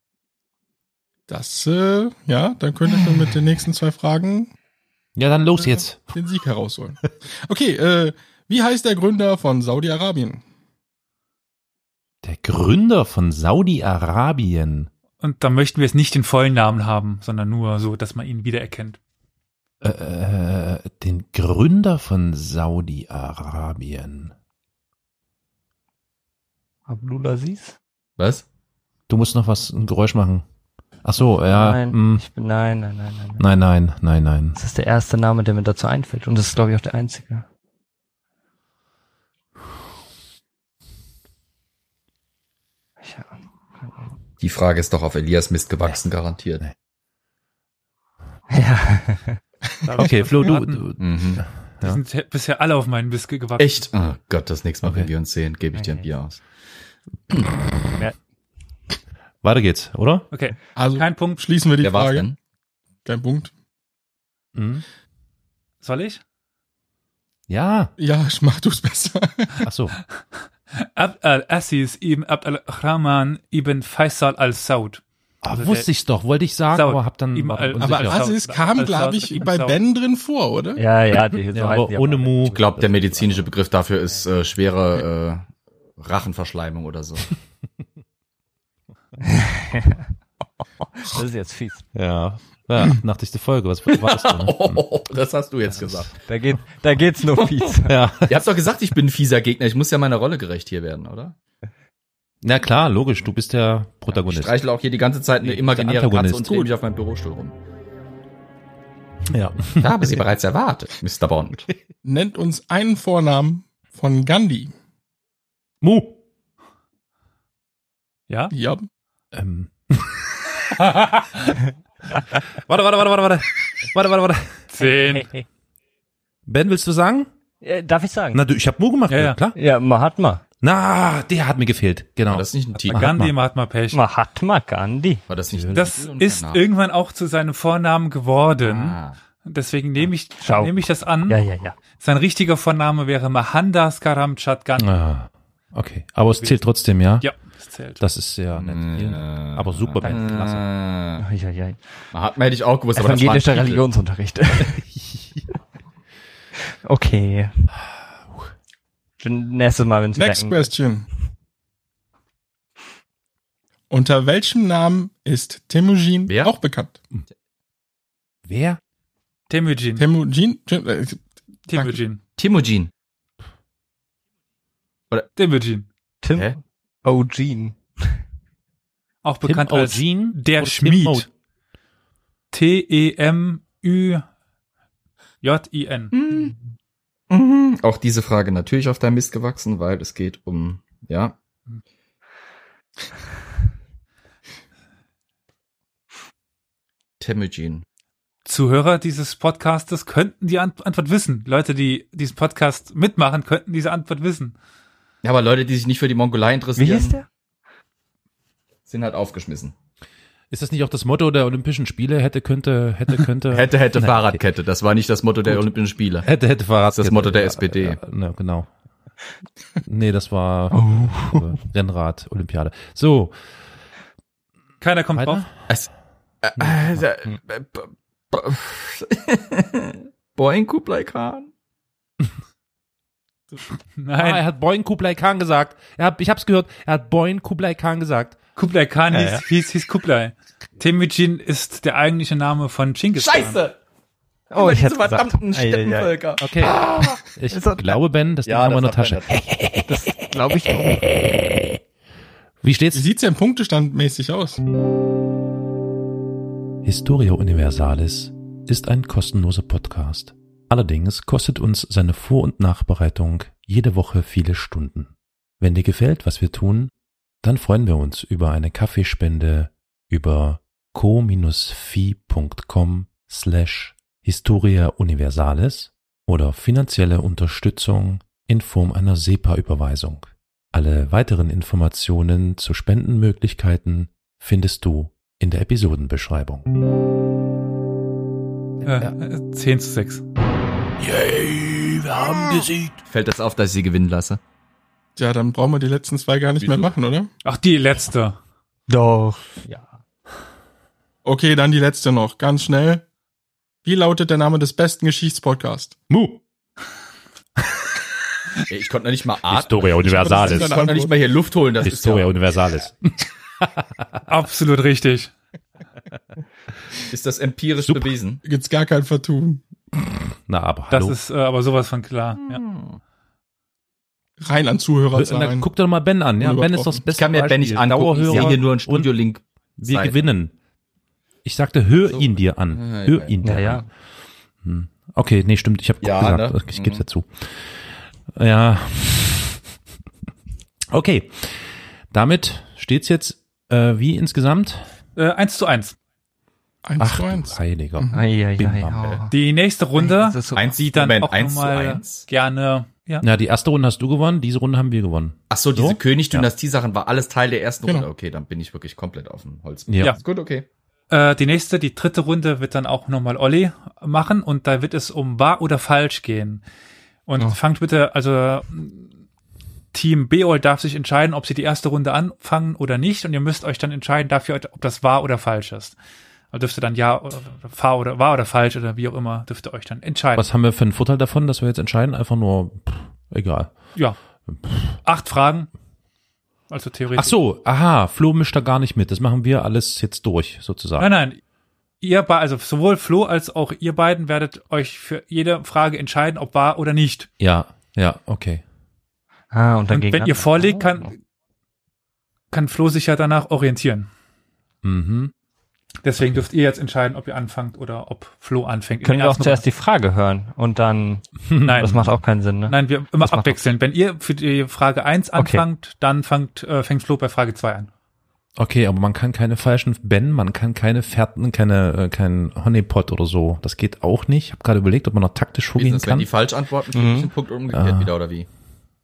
das, ja, dann könntest du mit den nächsten 2 Fragen Ja, dann los jetzt. den Sieg herausholen. Okay, wie heißt der Gründer von Saudi-Arabien? Der Gründer von Saudi-Arabien. Und da möchten wir jetzt nicht den vollen Namen haben, sondern nur so, dass man ihn wiedererkennt. Den Gründer von Saudi-Arabien. Abdulaziz? was? Du musst noch ein Geräusch machen. Ach so, ja. Nein, Nein. Das ist der erste Name, der mir dazu einfällt. Und das ist, glaube ich, auch der einzige. Ja. Die Frage ist doch auf Elias Mist gewachsen, garantiert. Ja. Okay, Flo, du Mhm. Die Ja. sind bisher alle auf meinen Whisky gewachsen. Echt? Oh Gott, das nächste Mal, Okay. wenn wir uns sehen, gebe ich dir ein Bier aus. weiter geht's, oder? Okay, Also kein Punkt. schließen wir die Wer war's Frage. denn? Kein Punkt. Mhm. Soll ich? Ja. Ja, mach du's besser. Ach so. Abd al-Aziz ibn Abd al-Rahman ibn Faisal al-Saud. Also Wusste ich's doch, wollte ich sagen, Saud. aber hab dann Ihm war al- Aber unsicher. Aziz kam, Al- glaube Al- ich, Al- bei Al- Ben drin vor, oder? Ja, die so Ja, heißen aber die ohne Mu. Ich glaube, der medizinische Begriff dafür ist schwere Rachenverschleimung oder so. Das ist jetzt fies. Ja. 88. Folge, was war das denn? Das hast du jetzt gesagt. Da geht's nur fies. Ja. Ihr habt doch gesagt, ich bin ein fieser Gegner. Ich muss ja meiner Rolle gerecht hier werden, oder? Na klar, logisch, du bist der Ich Protagonist. streichle auch hier die ganze Zeit eine imaginäre Antagonist. Katze und drehe mich auf meinem Bürostuhl rum. Ja. Ich habe sie bereits erwartet, Mr. Bond. Nennt uns einen Vornamen von Gandhi. Mu. Ja? Ja. Warte. 10, Ben, willst du sagen? Darf ich sagen? Na, ich habe Mu gemacht, Ja. klar. Ja, Mahatma. Na, der hat mir gefehlt, genau. War das nicht ein Titel? Gandhi, Mahatma Pech. Mahatma Gandhi. War das nicht ein Das Titel und ist kein irgendwann auch zu seinem Vornamen geworden. Ah. Deswegen nehme ich das an. Ja. Sein richtiger Vorname wäre Mohandas Karamchand Gandhi. Ah, okay, aber es zählt trotzdem, ja? Ja, das zählt. Das ist sehr nett. Aber super, Ben, klasse. Ja. Mahatma hätte ich auch gewusst, aber das war ein Evangelischer Titel. Religionsunterricht. Okay. Nächstes Mal, wenn Sie Next denken. question. Unter welchem Namen ist Temujin Wer? auch bekannt? Wer? Temujin. Temujin? Temujin. Temujin. Temujin. Tim Hä? O'Gene. Auch bekannt Tim als O'Gene der oder Tim O- Schmied. Temüjin. Auch diese Frage natürlich auf dein Mist gewachsen, weil es geht um, ja. Temujin. Zuhörer dieses Podcastes könnten die Antwort wissen. Leute, die diesen Podcast mitmachen, könnten diese Antwort wissen. Ja, aber Leute, die sich nicht für die Mongolei Wie interessieren, hieß der? sind halt aufgeschmissen. Ist das nicht auch das Motto der Olympischen Spiele? Hätte, könnte. Hätte Nein, Fahrradkette. Das war nicht das Motto der Gut. Olympischen Spiele. Hätte Fahrrad. Das ist das Motto der SPD. Ja, genau. Nee, das war Rennrad, Olympiade. So, Keiner kommt weiter. drauf. Boing Kublai Khan. Nein, Er hat Boyn Kublai Khan gesagt. Ich hab's gehört. Er hat Boyn Kublai Khan gesagt. Kublai Khan Ja, hieß Kublai. Temujin ist der eigentliche Name von Genghis Khan. Scheiße! Oh, ich hätte diese verdammten gesagt. Steppenvölker. Okay. Ich Ist das- glaube, Ben, das Ding haben wir in der Tasche. Glaube ich auch. Wie Wie steht's? sieht's denn punktestandmäßig aus? Historia Universalis ist ein kostenloser Podcast. Allerdings kostet uns seine Vor- und Nachbereitung jede Woche viele Stunden. Wenn dir gefällt, was wir tun, dann freuen wir uns über eine Kaffeespende über ko-fi.com/Historia Universalis oder finanzielle Unterstützung in Form einer SEPA-Überweisung. Alle weiteren Informationen zu Spendenmöglichkeiten findest du in der Episodenbeschreibung. 10:6. Yay, wir haben gesiegt. Fällt das auf, dass ich sie gewinnen lasse? Ja, dann brauchen wir die letzten zwei gar nicht mehr machen, oder? Ach, die letzte. Doch. Ja. Okay, dann die letzte noch, ganz schnell. Wie lautet der Name des besten Geschichtspodcasts? Mu. Ich konnte noch nicht mal atmen. Historia Ich Universalis. konnte noch nicht mal hier Luft holen. Das Historia ist, Universalis. Absolut richtig. ist das empirisch Super. bewiesen? Gibt's gar kein Vertun. Na, aber Das hallo. ist aber sowas von klar. Ja. Rein an Dann Zuhörerzahlen. guck doch mal Ben an. Ja, Ben ist doch das Ich beste kann mir Ben nicht Beispiel. angucken. Ich sehe Dauerhörer hier nur einen und Studio-Link. wir Seite. gewinnen. Ich sagte, hör So. ihn dir an. Ja, Hör ja. ihn dir Ja. an. Okay, nee, stimmt. Ich habe Ja, gesagt, ne? ich gebe ja zu. Ja. Okay. Damit steht's jetzt wie insgesamt? 1:1. 1:1. Heiliger. Bim, bam. Eieiei. Die nächste Runde, Das ist so- die dann Moment, auch 1:1? nochmal gerne. Ja. Ja, die erste Runde hast du gewonnen, diese Runde haben wir gewonnen. Ach so, diese So? König-Dynastie-Sachen war alles Teil der ersten Genau. Runde. Okay, dann bin ich wirklich komplett auf dem Holz. Ja. Ja. Ist gut, okay. Die dritte Runde wird dann auch nochmal Olli machen und da wird es um wahr oder falsch gehen. Und fangt bitte, also Team Beol darf sich entscheiden, ob sie die erste Runde anfangen oder nicht und ihr müsst euch dann entscheiden dafür, ob das wahr oder falsch ist. Also dürft ihr dann ja oder wahr oder falsch oder wie auch immer, dürft ihr euch dann entscheiden. Was haben wir für einen Vorteil davon, dass wir jetzt entscheiden? Einfach nur, egal. Ja. 8 Fragen. Also theoretisch. Ach so, aha, Flo mischt da gar nicht mit. Das machen wir alles jetzt durch, sozusagen. Nein. Also sowohl Flo als auch ihr beiden werdet euch für jede Frage entscheiden, ob wahr oder nicht. Ja, okay. Ah, und dann Und wenn ihr vorlegt, kann Flo sich ja danach orientieren. Mhm. Deswegen dürft ihr jetzt entscheiden, ob ihr anfangt oder ob Flo anfängt. In können der wir auch ersten zuerst die Frage hören und dann, Runde. Nein, das macht auch keinen Sinn, ne? nein, wir immer Das macht abwechseln. Wenn ihr für die Frage 1 Okay. anfangt, dann fängt Flo bei Frage 2 an. Okay, aber man kann keine falschen man kann keine Fährten, kein Honeypot oder so. Das geht auch nicht. Ich habe gerade überlegt, ob man noch taktisch vorgehen kann. Wenn die falsch antworten, kriege ich einen Punkt umgekehrt wieder, oder wie?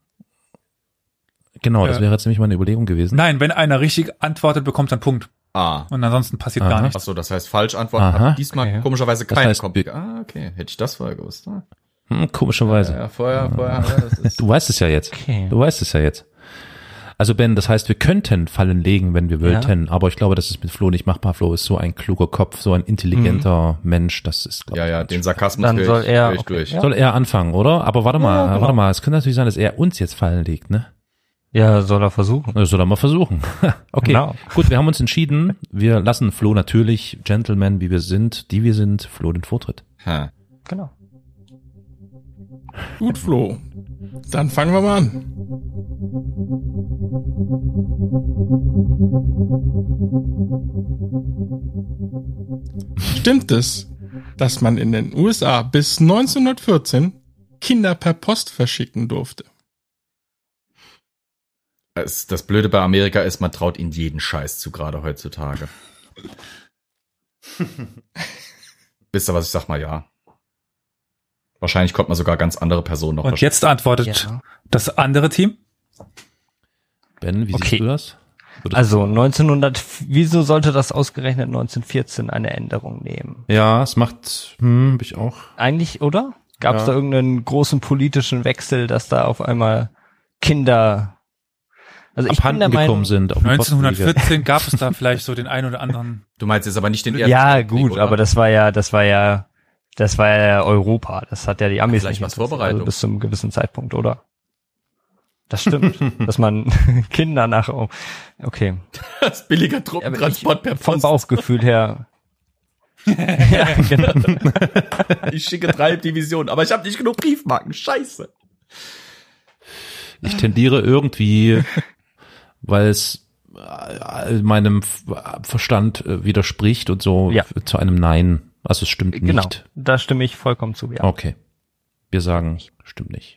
Genau, das wäre jetzt nämlich meine Überlegung gewesen. Nein, wenn einer richtig antwortet, bekommt er einen Punkt. Und ansonsten passiert gar nichts. Achso, das heißt, falsch antworten hat diesmal komischerweise keine Kombi. Okay, hätte ich das vorher gewusst. Komischerweise. Ja, vorher, das ist Du weißt es ja jetzt. Okay. Du weißt es ja jetzt. Also Ben, das heißt, wir könnten Fallen legen, wenn wir wollten, aber ich glaube, das ist mit Flo nicht machbar. Flo ist so ein kluger Kopf, so ein intelligenter Mensch, das ist, glaube ich, den Sarkasmus dann soll er durch. Soll er anfangen, oder? Aber warte mal, es könnte natürlich sein, dass er uns jetzt Fallen legt, ne? Ja, soll er versuchen. Das soll er mal versuchen. Okay, Genau. Gut, wir haben uns entschieden, wir lassen Flo natürlich, Gentlemen, wie wir sind, Flo den Vortritt. Genau. Gut, Flo. Dann fangen wir mal an. Stimmt es, dass man in den USA bis 1914 Kinder per Post verschicken durfte? Das Blöde bei Amerika ist, man traut ihnen jeden Scheiß zu, gerade heutzutage. Wisst ihr was, ich sag mal ja. Wahrscheinlich kommt man sogar ganz andere Personen noch. Und jetzt antwortet das andere Team. Ben, wie siehst du das? Also wieso sollte das ausgerechnet 1914 eine Änderung nehmen? Ja, es macht, hab ich auch. Eigentlich, oder? Gab es da irgendeinen großen politischen Wechsel, dass da auf einmal Kinder abhanden gekommen sind? Auf 1914 gab es da vielleicht so den einen oder anderen. Du meinst jetzt aber nicht den ersten. Ja, gut, oder? Aber das war ja Europa. Das hat ja die Amis vielleicht nicht was Vorbereitung. Also bis zum gewissen Zeitpunkt, oder? Das stimmt, dass man Kinder okay. Das billiger Truppentransport per Post. Vom Bauchgefühl her. Ja, genau. Ich schicke 3 Divisionen, aber ich habe nicht genug Briefmarken. Scheiße. Ich tendiere irgendwie, weil es meinem Verstand widerspricht und so, zu einem Nein. Also es stimmt nicht. Genau, da stimme ich vollkommen zu. Ja. Okay. Wir sagen, stimmt nicht.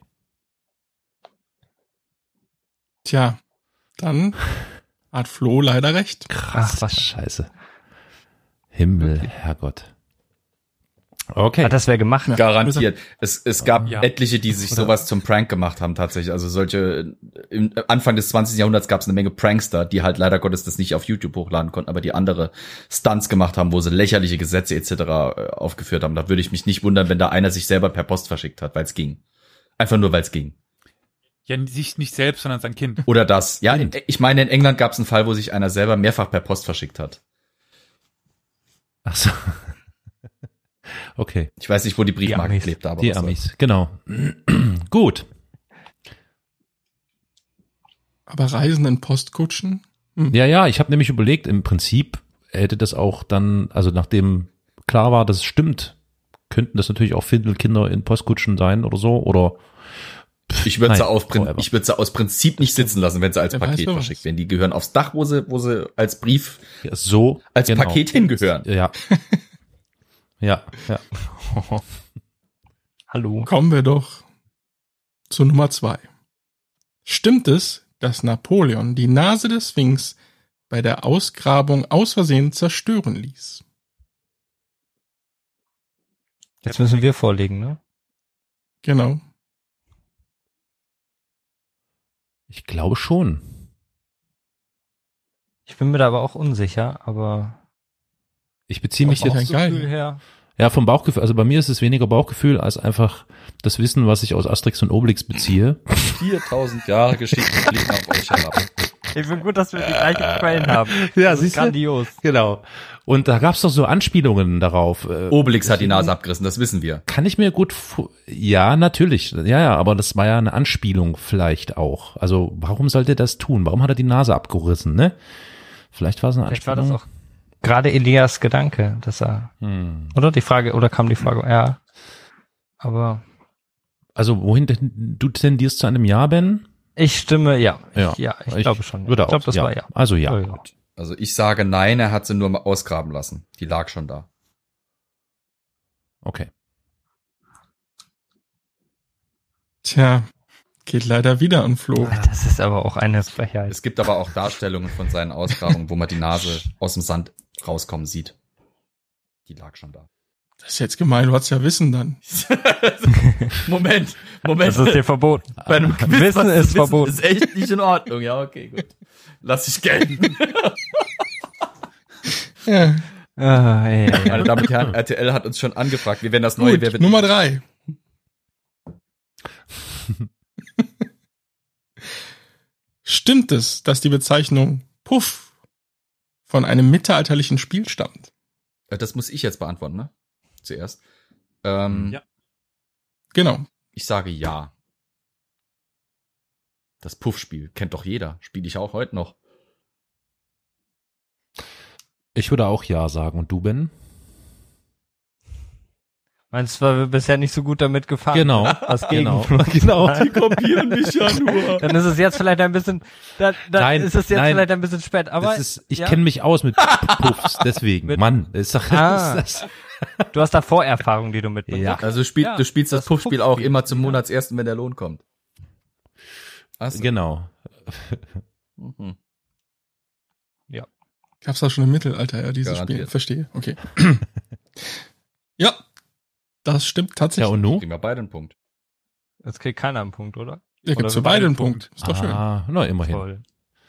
Tja, dann hat Flo leider recht. Krass, was Scheiße. Himmel, Herrgott. Okay. Hat das wer gemacht? Garantiert. Es gab etliche, die sich sowas zum Prank gemacht haben tatsächlich. Also solche, im Anfang des 20. Jahrhunderts gab es eine Menge Prankster, die halt leider Gottes das nicht auf YouTube hochladen konnten, aber die andere Stunts gemacht haben, wo sie lächerliche Gesetze etc. aufgeführt haben. Da würde ich mich nicht wundern, wenn da einer sich selber per Post verschickt hat, weil es ging. Einfach nur, weil es ging. Ja, sich nicht selbst, sondern sein Kind. Oder das. Ja, ich meine, in England gab es einen Fall, wo sich einer selber mehrfach per Post verschickt hat. Ach so. Okay. Ich weiß nicht, wo die Briefmarke klebt, aber die Amis, genau. Gut. Aber Reisen in Postkutschen? Ja, ich habe nämlich überlegt, im Prinzip hätte das auch dann, also nachdem klar war, dass es stimmt, könnten das natürlich auch Findelkinder in Postkutschen sein oder so, oder ich würde sie aus Prinzip nicht sitzen lassen, wenn sie als Paket verschickt werden. Die gehören aufs Dach, wo sie als Brief, als Paket hingehören. Ja. Ja. Hallo. Kommen wir doch zu Nummer 2. Stimmt es, dass Napoleon die Nase des Sphinx bei der Ausgrabung aus Versehen zerstören ließ? Jetzt müssen wir vorlegen, ne? Genau. Ich glaube schon. Ich bin mir da aber auch unsicher, aber ich beziehe mich jetzt her. Ja, vom Bauchgefühl. Also bei mir ist es weniger Bauchgefühl als einfach das Wissen, was ich aus Asterix und Obelix beziehe. 4000 Jahre Geschichten fliegen auf euch herab. Ich finde gut, dass wir die gleichen Quellen haben. Ja, siehst du? Grandios. Genau. Und da gab's doch so Anspielungen darauf. Obelix hat die Nase abgerissen, das wissen wir. Kann ich mir gut, ja, natürlich. Ja, aber das war ja eine Anspielung vielleicht auch. Also warum sollte er das tun? Warum hat er die Nase abgerissen, ne? Vielleicht war es eine Anspielung. Vielleicht war das auch gerade Elias Gedanke, dass er, oder die Frage, oder kam die Frage, ja. Aber. Also wohin, du tendierst zu einem Ja, Ben? Ich stimme, ja. Ich glaube schon. Ich glaube, das war ja. Also ja. Ja. Also ich sage nein, er hat sie nur mal ausgraben lassen. Die lag schon da. Okay. Tja, Geht leider wieder an Flo. Das ist aber auch eine Frechheit. Es gibt aber auch Darstellungen von seinen Ausgrabungen, wo man die Nase aus dem Sand rauskommen sieht. Die lag schon da. Das ist jetzt gemein, du hast ja Wissen dann. Moment. Das ist dir verboten. Bei einem Quiz, Wissen ist verboten. Ist echt nicht in Ordnung. Ja, okay, gut. Lass dich gelten. Ja. Meine Damen und Herren, RTL hat uns schon angefragt, wir werden das neue... Gut, Nummer 3. Stimmt es, dass die Bezeichnung Puff von einem mittelalterlichen Spiel stammt? Das muss ich jetzt beantworten, ne? Zuerst. Ja. Genau. Ich sage ja. Das Puff-Spiel kennt doch jeder. Spiele ich auch heute noch. Ich würde auch ja sagen. Und du, Ben? Meinst du, weil wir bisher nicht so gut damit gefahren Genau. Was Genau. Die kopieren mich ja nur. Dann ist es jetzt vielleicht ein bisschen, Nein, ist es jetzt nein. vielleicht ein bisschen spät, aber Ich kenne mich aus mit Puffs, deswegen. Mit- Mann, ist doch, das. du hast da Vorerfahrungen, die du mitbringst. Ja. Okay. Also Ja, du spielst das das Puff-Spiel Puff-Spiel. auch immer zum Monatsersten, wenn der Lohn kommt. Ach so. Genau. Mhm. Gab's da schon im Mittelalter, ja, dieses Garantiert. Spiel. Verstehe, okay. Ja, das stimmt Ja, tatsächlich. und nu? Kriegen wir beide einen Punkt. Jetzt kriegt keiner einen Punkt, oder? Ja, Oder gibt's für wir beide beide einen Punkt. Ist doch schön. Ah, na, immerhin. Toll.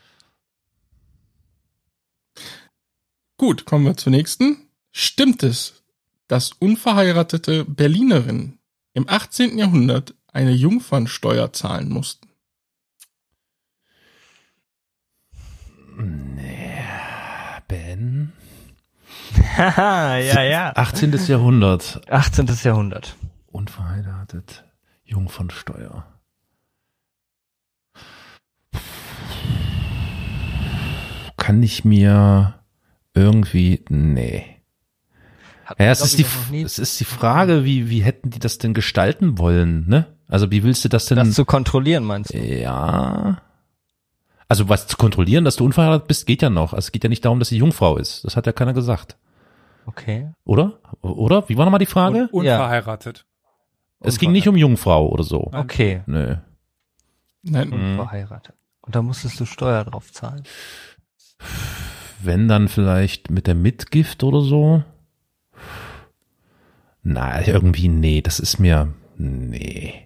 Gut, kommen wir zur nächsten. Stimmt es, dass unverheiratete Berlinerinnen im 18. Jahrhundert eine Jungfernsteuer zahlen mussten? Nee, Ben? Haha, ja. 18. Jahrhundert. 18. Jahrhundert. Unverheiratet. Jungfernsteuer. Kann ich mir irgendwie, nee. Ja, es ist die Frage, wie hätten die das denn gestalten wollen, ne? Also wie willst du das denn? Das zu kontrollieren, meinst du? Ja. Also was zu kontrollieren, dass du unverheiratet bist, geht ja noch. Also es geht ja nicht darum, dass sie Jungfrau ist. Das hat ja keiner gesagt. Okay. Oder? Oder? Wie war nochmal die Frage? Unverheiratet. Es ging nicht um Jungfrau oder so. Okay. Nö. Nein, Verheiratet. Und da musstest du Steuer drauf zahlen. Wenn dann vielleicht mit der Mitgift oder so? Na, irgendwie, nee, das ist mir, nee.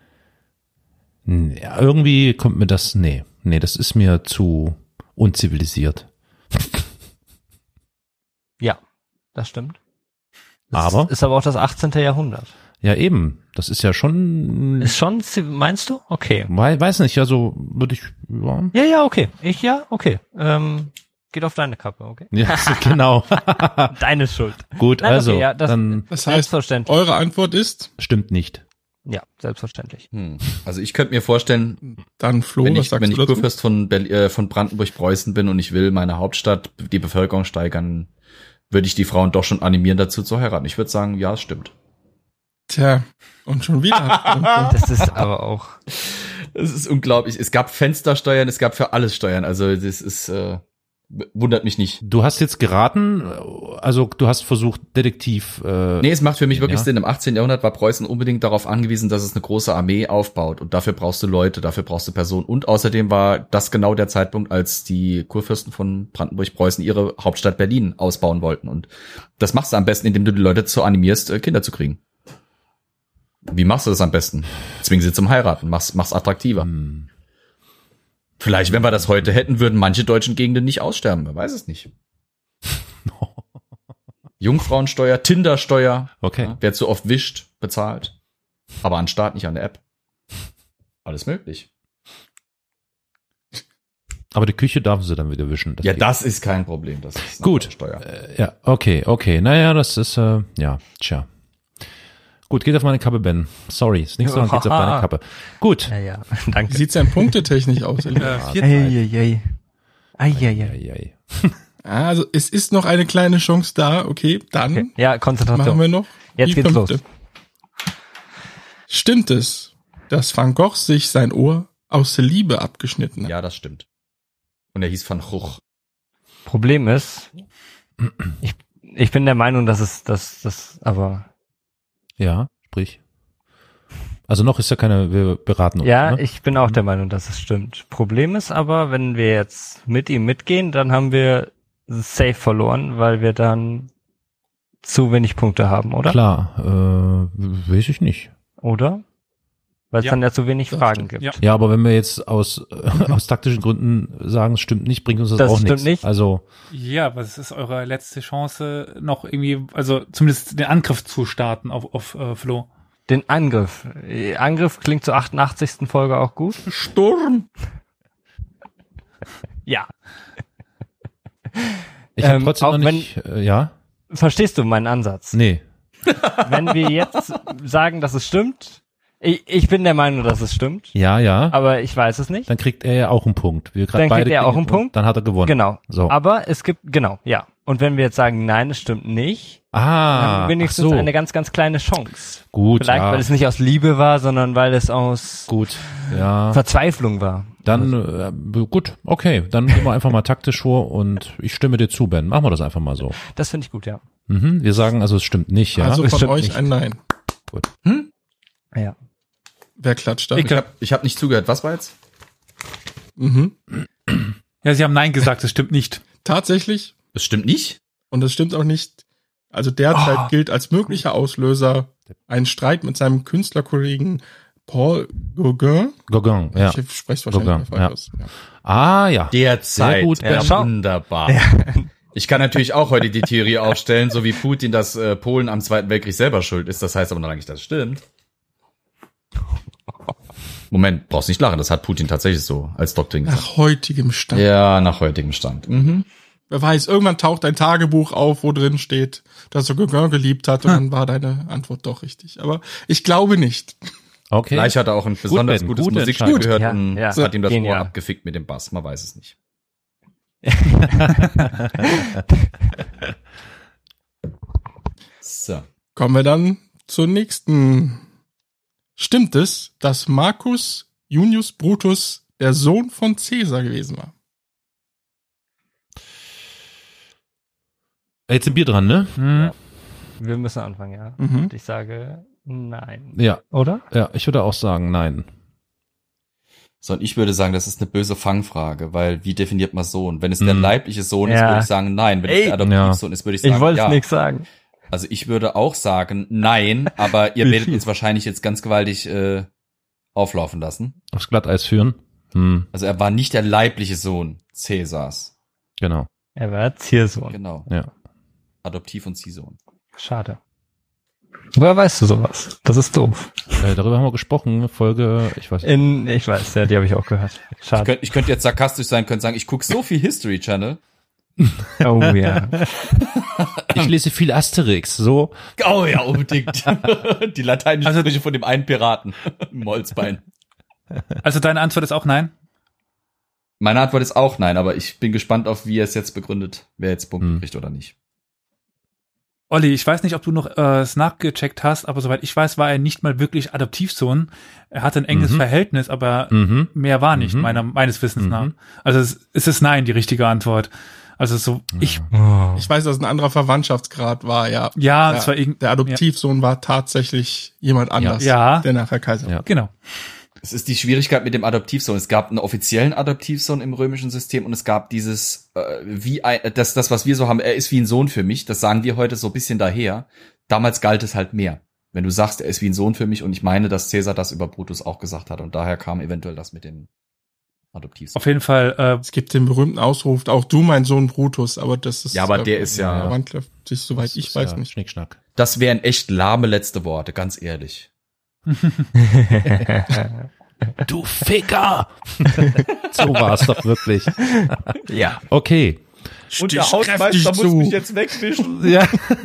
Irgendwie kommt mir das, nee, das ist mir zu unzivilisiert. Ja, das stimmt. Aber? Ist aber auch das 18. Jahrhundert. Ja, eben, das ist ja schon, Ist schon, meinst du? Okay. weiß nicht, also würde ich, ja. Ja, okay. Okay. Geht auf deine Kappe, okay? Ja, genau. Deine Schuld. Gut, Nein, also, okay, ja, dann das heißt, Selbstverständlich. eure Antwort ist, stimmt nicht. Ja, selbstverständlich. Also ich könnte mir vorstellen, dann Flo, wenn was ich sagst du dazu? Kurfürst von Brandenburg-Preußen bin und ich will meine Hauptstadt, die Bevölkerung steigern, würde ich die Frauen doch schon animieren, dazu zu heiraten. Ich würde sagen, ja, es stimmt. Tja, und schon wieder. Das ist aber auch. Es ist unglaublich. Es gab Fenstersteuern, es gab für alles Steuern. Also das ist wundert mich nicht. Du hast jetzt geraten, also du hast versucht, Detektiv. Nee, es macht für mich wirklich ja. Sinn. Im 18. Jahrhundert war Preußen unbedingt darauf angewiesen, dass es eine große Armee aufbaut. Und dafür brauchst du Leute, dafür brauchst du Personen. Und außerdem war das genau der Zeitpunkt, als die Kurfürsten von Brandenburg-Preußen ihre Hauptstadt Berlin ausbauen wollten. Und das machst du am besten, indem du die Leute dazu animierst, Kinder zu kriegen. Wie machst du das am besten? Zwing sie zum Heiraten, mach's attraktiver. Vielleicht, wenn wir das heute hätten, würden manche deutschen Gegenden nicht aussterben. Wer weiß es nicht. Jungfrauensteuer, Tindersteuer. Okay. Ja, wer zu oft wischt, bezahlt. Aber an Staat, nicht an der App. Alles möglich. Aber die Küche darf sie dann wieder wischen. Ja, das ist kein Problem. Das ist eine Gut. Steuer. Ja, okay. Naja, das ist, ja, tja. Gut, geht auf meine Kappe, Ben. Sorry, ist nicht so, geht's auf deine Kappe. Gut. Ja, Wie danke. sieht's denn punktetechnisch aus? Elias? 4-2. Eieiei. Also, es ist noch eine kleine Chance da. Okay, dann Okay. Ja, Konzentration. machen wir noch Jetzt die geht's 5. los. Stimmt es, dass Van Gogh sich sein Ohr aus der Liebe abgeschnitten hat? Ja, das stimmt. Und er hieß Van Gogh. Problem ist, ich bin der Meinung, dass es, aber Ja, sprich. Also noch ist ja keine, wir beraten uns. Ja, ne? ich bin auch der Meinung, dass es stimmt. Problem ist aber, wenn wir jetzt mit ihm mitgehen, dann haben wir safe verloren, weil wir dann zu wenig Punkte haben, oder? Klar, weiß ich nicht. Oder? Weil es dann ja zu wenig Fragen gibt. Ja. Ja, aber wenn wir jetzt aus taktischen Gründen sagen, es stimmt nicht, bringt uns das auch stimmt nichts. nicht. Also Ja, aber es ist eure letzte Chance, noch irgendwie, also zumindest den Angriff zu starten auf Flo. Den Angriff. Angriff klingt zur 88. Folge auch gut. Sturm. Ja. ich habe trotzdem auch noch nicht, ja? Verstehst du meinen Ansatz? Nee. Wenn wir jetzt sagen, dass es stimmt, ich bin der Meinung, dass es stimmt, Ja. aber ich weiß es nicht. Dann kriegt er ja auch einen Punkt. Wir Dann beide kriegt er kriegen auch einen Punkt. Dann hat er gewonnen. Genau. So. Aber es gibt, genau, ja. Und wenn wir jetzt sagen, nein, es stimmt nicht, dann haben wir wenigstens ach so. eine ganz, ganz kleine Chance. Gut, Vielleicht, ja. weil es nicht aus Liebe war, sondern weil es aus Gut, ja. Verzweiflung war. Dann, gut, okay. Dann gehen wir einfach mal taktisch vor und ich stimme dir zu, Ben. Machen wir das einfach mal so. Das finde ich gut, ja. Mhm. Wir sagen also, es stimmt nicht, ja. Also Es von stimmt euch nicht. ein Nein. Gut. Ja. Wer klatscht da? Ich hab nicht zugehört. Was war jetzt? Mhm. Ja, sie haben Nein gesagt, das stimmt nicht. Tatsächlich, Das stimmt nicht. und das stimmt auch nicht, also derzeit gilt als möglicher Auslöser ein Streit mit seinem Künstlerkollegen Paul Gauguin. Gauguin, ja. Ich spreche wahrscheinlich Gauguin, falsch ja. aus. Ja. Ah, ja. Derzeit. Sehr gut, Ben. Ja, Schau. wunderbar. Ich kann natürlich auch heute die Theorie aufstellen, so wie Putin, dass Polen am Zweiten Weltkrieg selber schuld ist. Das heißt aber noch lange nicht, dass es stimmt. Moment, brauchst nicht lachen. Das hat Putin tatsächlich so als Doktrin gesagt. Nach heutigem Stand. Ja, nach heutigem Stand. Mhm. Wer weiß, irgendwann taucht ein Tagebuch auf, wo drin steht, dass er Gauguin geliebt hat, und dann war deine Antwort doch richtig. Aber ich glaube nicht. Okay. Vielleicht hat er auch ein besonders Ben, gutes gute Musikstück Entscheidung. gehört Ja, und ja. hat ihm das Ohr Genial. abgefickt mit dem Bass. Man weiß es nicht. So. Kommen wir dann zur nächsten. Stimmt es, dass Marcus Junius Brutus der Sohn von Caesar gewesen war? Jetzt sind wir dran, ne? Hm. Wir müssen anfangen, ja. Mhm. Und ich sage nein. Ja. Oder? Ja, ich würde auch sagen, nein. So, und ich würde sagen, das ist eine böse Fangfrage, weil wie definiert man Sohn? Wenn es der leibliche Sohn ist, Ja. würde ich sagen, nein. Wenn es der Adoptivsohn ist, würde ich sagen, Ich wollte ja. nichts sagen. Also ich würde auch sagen, nein, aber ihr werdet uns wahrscheinlich jetzt ganz gewaltig auflaufen lassen. Aufs Glatteis führen. Also er war nicht der leibliche Sohn Cäsars. Genau. Er war Ziehsohn. Genau. Ja. Adoptiv- und Ziehsohn. Schade. Woher weißt du sowas? Das ist doof. Darüber haben wir gesprochen, Folge, ich weiß nicht. Ich weiß, ja, die habe ich auch gehört. Schade. Ich könnte jetzt sarkastisch sein, könnte sagen, ich gucke so viel History Channel. Oh ja. Ich lese viel Asterix, so. Oh ja, unbedingt. Die lateinische Sprüche von dem einen Piraten. Molzbein. Also deine Antwort ist auch nein? Meine Antwort ist auch nein, aber ich bin gespannt auf, wie er es jetzt begründet, wer jetzt Punkte kriegt oder nicht. Olli, ich weiß nicht, ob du noch es nachgecheckt hast, aber soweit ich weiß, war er nicht mal wirklich Adoptivsohn. Er hatte ein enges Verhältnis, aber mehr war nicht, meines Wissens nach. Also es ist nein, die richtige Antwort. Also so, Ich weiß, dass ein anderer Verwandtschaftsgrad war, ja. Ja, es war der Adoptivsohn war tatsächlich jemand anders, Ja. der nachher Kaiser war. Ja. Genau. Es ist die Schwierigkeit mit dem Adoptivsohn. Es gab einen offiziellen Adoptivsohn im römischen System und es gab dieses, das, was wir so haben, er ist wie ein Sohn für mich, das sagen wir heute so ein bisschen daher. Damals galt es halt mehr. Wenn du sagst, er ist wie ein Sohn für mich, und ich meine, dass Caesar das über Brutus auch gesagt hat und daher kam eventuell das mit dem Adoptivsohn. Auf jeden Fall. Es gibt den berühmten Ausruf, auch du, mein Sohn Brutus, aber das ist... Ja, aber der ist ja- verwandelt sich, soweit ich weiß, nicht. Schnickschnack. Das wären echt lahme letzte Worte, ganz ehrlich. Du Ficker! So war es doch wirklich. Ja. Okay. Und der Stich Hausmeister kräftig muss zu. mich jetzt wegwischen. Ja.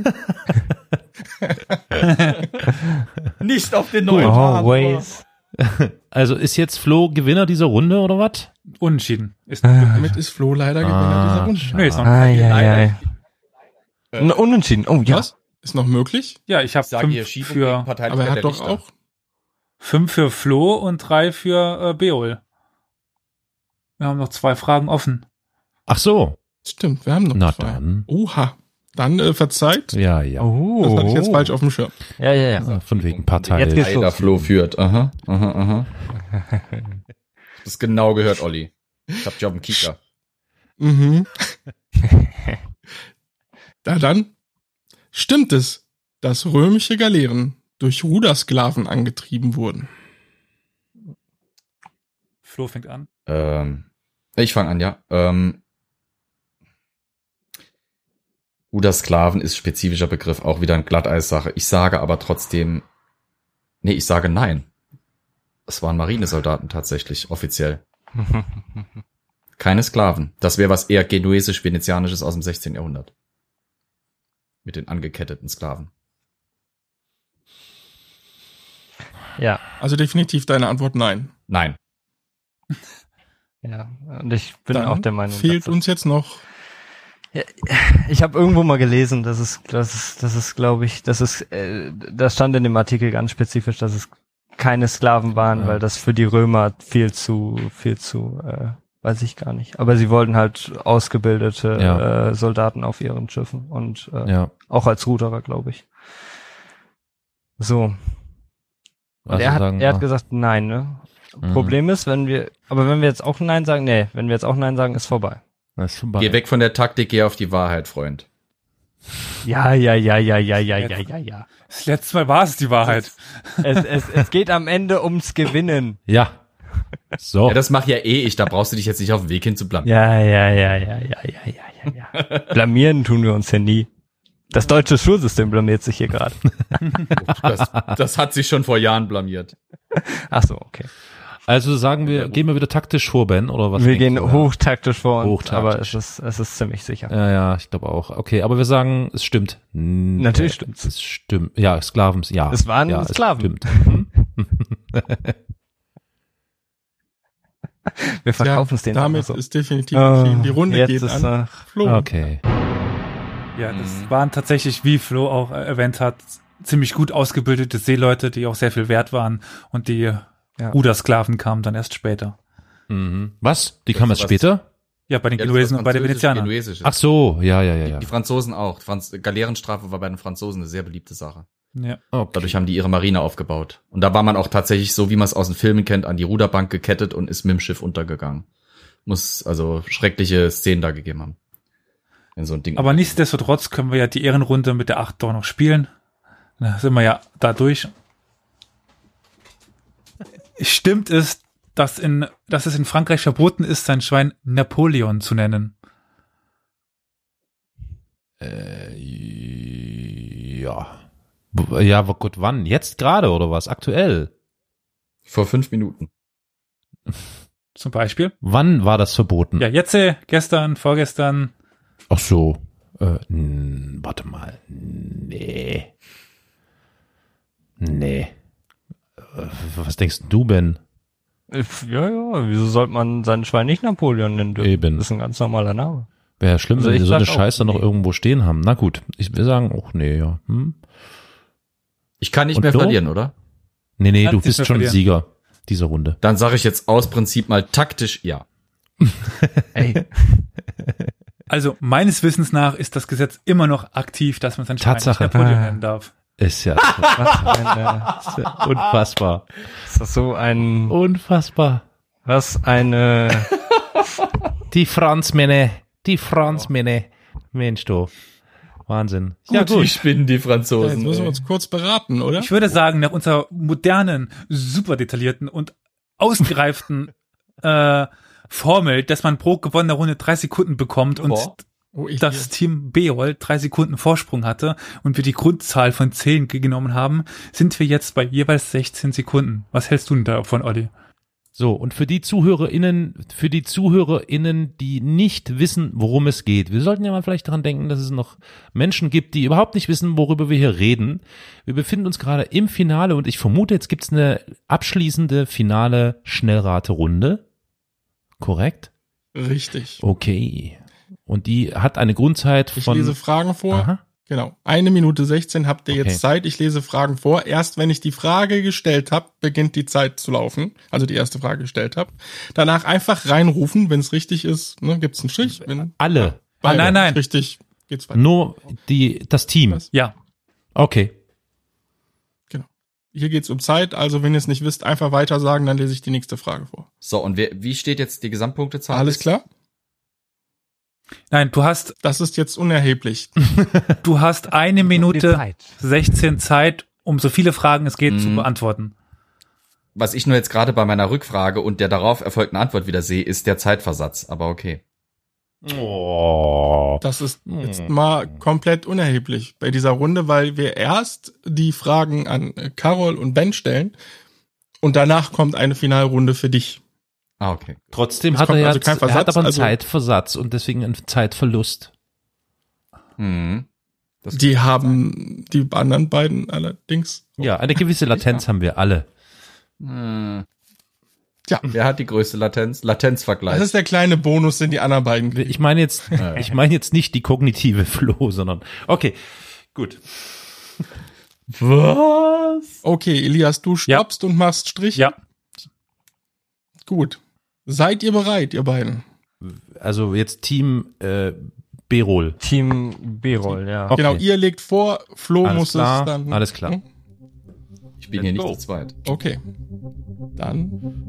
Nicht auf den neuen Wagen. Always. Also ist jetzt Flo Gewinner dieser Runde oder was? Unentschieden. Ist Damit ist Flo leider Gewinner dieser Runde. Nee, ist noch Unentschieden. Oh ja. Was? Ist noch möglich? Ja, ich habe Ich sage hier 5 Schiebung gegen für Parteilichkeit Aber er hat der doch Richter. auch... 5 für Flo und 3 für Beol. Wir haben noch 2 Fragen offen. Ach so. Stimmt, wir haben noch Na zwei. dann. Oha. Dann verzeiht. Ja, ja. Das hatte ich jetzt falsch auf dem Schirm. Ja. Von wegen Partei. Jetzt geht's Der Flo führt. Aha. Das genau gehört, Olli. Ich hab dich auf dem Kieker. Mhm. Dann stimmt es, dass römische Galeeren durch Rudersklaven angetrieben wurden. Flo fängt an. Ich fange an, ja. Rudersklaven ist spezifischer Begriff, auch wieder eine Glatteissache. Ich sage aber trotzdem, ich sage nein. Es waren Marinesoldaten tatsächlich, offiziell. Keine Sklaven. Das wäre was eher genuesisch-venezianisches aus dem 16. Jahrhundert. Mit den angeketteten Sklaven. Ja. Also definitiv deine Antwort nein. Nein. Ja, und ich bin Dann auch der Meinung. Fehlt uns jetzt noch. Ja, ich habe irgendwo mal gelesen, das ist, glaube ich, das stand in dem Artikel ganz spezifisch, dass es keine Sklaven waren, weil das für die Römer viel zu, weiß ich gar nicht. Aber sie wollten halt ausgebildete Soldaten auf ihren Schiffen und auch als Ruderer, glaube ich. So. Und Also er hat gesagt, nein, ne? Problem ist, wenn wir jetzt auch nein sagen, ist vorbei. Das ist vorbei. Geh weg von der Taktik, geh auf die Wahrheit, Freund. Ja. Das letzte Mal war es die Wahrheit. Es geht am Ende ums Gewinnen. Ja. So. Ja, das mach ja ich, da brauchst du dich jetzt nicht auf den Weg hin zu blamieren. Ja. Blamieren tun wir uns ja nie. Das deutsche Schulsystem blamiert sich hier gerade. Das hat sich schon vor Jahren blamiert. Ach so, okay. Also sagen wir, gehen wir wieder taktisch vor, Ben, oder was? Wir gehen hochtaktisch vor, aber Hochtaktisch. es ist ziemlich sicher. Ja, ich glaube auch. Okay, aber wir sagen, es stimmt. Natürlich stimmt's. Es stimmt. Ja, Sklaven, ja. Es waren ja, Sklaven. Es stimmt. Wir verkaufen es denen damit so. ist definitiv entschieden. Die Runde geht ist an Flo. Okay. Ja, das waren tatsächlich, wie Flo auch erwähnt hat, ziemlich gut ausgebildete Seeleute, die auch sehr viel wert waren und die Rudersklaven kamen dann erst später. Mhm. Was? Die kamen erst später? Ja, bei den Genuesen und bei den Venezianern. Ach so, ja. Die Franzosen auch. Galeerenstrafe war bei den Franzosen eine sehr beliebte Sache. Ja. Okay. Dadurch haben die ihre Marine aufgebaut. Und da war man auch tatsächlich, so wie man es aus den Filmen kennt, an die Ruderbank gekettet und ist mit dem Schiff untergegangen. Muss also schreckliche Szenen da gegeben haben. In so ein Ding. Aber nichtsdestotrotz können wir ja die Ehrenrunde mit der 8 doch noch spielen. Da sind wir ja da durch. Stimmt es, dass es in Frankreich verboten ist, sein Schwein Napoleon zu nennen? Ja. Ja, aber gut, wann? Jetzt gerade oder was? Aktuell? Vor 5 Minuten. Zum Beispiel? Wann war das verboten? Ja, jetzt, gestern, vorgestern. Ach so. Warte mal. Nee. Was denkst du, Ben? Ja, wieso sollte man sein Schwein nicht Napoleon nennen dürfen? Eben. Das ist ein ganz normaler Name. Wäre ja schlimm, Also wenn ich die so eine sag auch Scheiße noch nee. irgendwo stehen haben. Na gut, wir sagen auch nee, ja. Ich kann nicht Und mehr du? verlieren, oder? Nee, Kannst du nicht bist mehr schon verlieren. Sieger dieser Runde. Dann sage ich jetzt aus Prinzip mal taktisch ja. Ey, Also, meines Wissens nach ist das Gesetz immer noch aktiv, dass man sein Schwein nicht Tatsache. Napoleon nennen darf. Ist ja was unfassbar. ist das so ein, Unfassbar. was eine, Die Franzmänner. Mensch, du. Wahnsinn. Ja, Die gut. spinnen die Jetzt Franzosen. müssen wir uns kurz beraten, oder? Ich würde sagen, nach unserer modernen, super detaillierten und ausgereiften Formel, dass man pro gewonnener Runde 3 Sekunden bekommt und Oh, ich das Team Beol 3 Sekunden Vorsprung hatte und wir die Grundzahl von 10 genommen haben, sind wir jetzt bei jeweils 16 Sekunden. Was hältst du denn davon, Olli? So, und für die ZuhörerInnen, die nicht wissen, worum es geht, wir sollten ja mal vielleicht daran denken, dass es noch Menschen gibt, die überhaupt nicht wissen, worüber wir hier reden. Wir befinden uns gerade im Finale und ich vermute, jetzt gibt's eine abschließende finale Schnellraterunde. Korrekt? Richtig. Okay. Und die hat eine Grundzeit Ich von... lese Fragen vor. Aha. Genau. 1 Minute 16 habt ihr Okay. jetzt Zeit. Ich lese Fragen vor. Erst wenn ich die Frage gestellt habe, beginnt die Zeit zu laufen. Also die erste Frage gestellt habe. Danach einfach reinrufen, wenn es richtig ist. Ne, gibt's einen Strich. Wenn Alle. beide Nein. richtig geht's weiter. Nur das Team. Was? Ja. Okay. Genau. Hier geht's um Zeit, also wenn ihr es nicht wisst, einfach weiter sagen, dann lese ich die nächste Frage vor. So, und wie steht jetzt die Gesamtpunktezahl? Alles klar? Nein, du hast Das ist jetzt unerheblich. 1 Minute Zeit. 16 Zeit, um so viele Fragen es geht zu beantworten. Was ich nur jetzt gerade bei meiner Rückfrage und der darauf erfolgten Antwort wieder sehe, ist der Zeitversatz. Aber okay. Oh. Das ist jetzt mal komplett unerheblich bei dieser Runde, weil wir erst die Fragen an Carol und Ben stellen und danach kommt eine Finalrunde für dich. Ah, okay. Trotzdem Es hat kommt er also kein er hat Versatz, aber einen also- Zeitversatz und deswegen einen Zeitverlust. Mhm. Die haben die anderen beiden allerdings. Ja, eine gewisse Latenz haben wir alle. Ja. Wer hat die größte Latenz? Latenzvergleich. Das ist der kleine Bonus, den die anderen beiden kriegen. Ich meine jetzt nicht die kognitive Flow, sondern okay, gut. Was? Okay, Elias, du stoppst und machst Strich. Ja. Gut. Seid ihr bereit, ihr beiden? Also jetzt Team B-Roll. Team B-Roll, ja. Okay. Genau, ihr legt vor, Flo Alles muss klar, es dann. alles klar. Hm? Ich bin hier nicht zu zweit. Okay. Dann.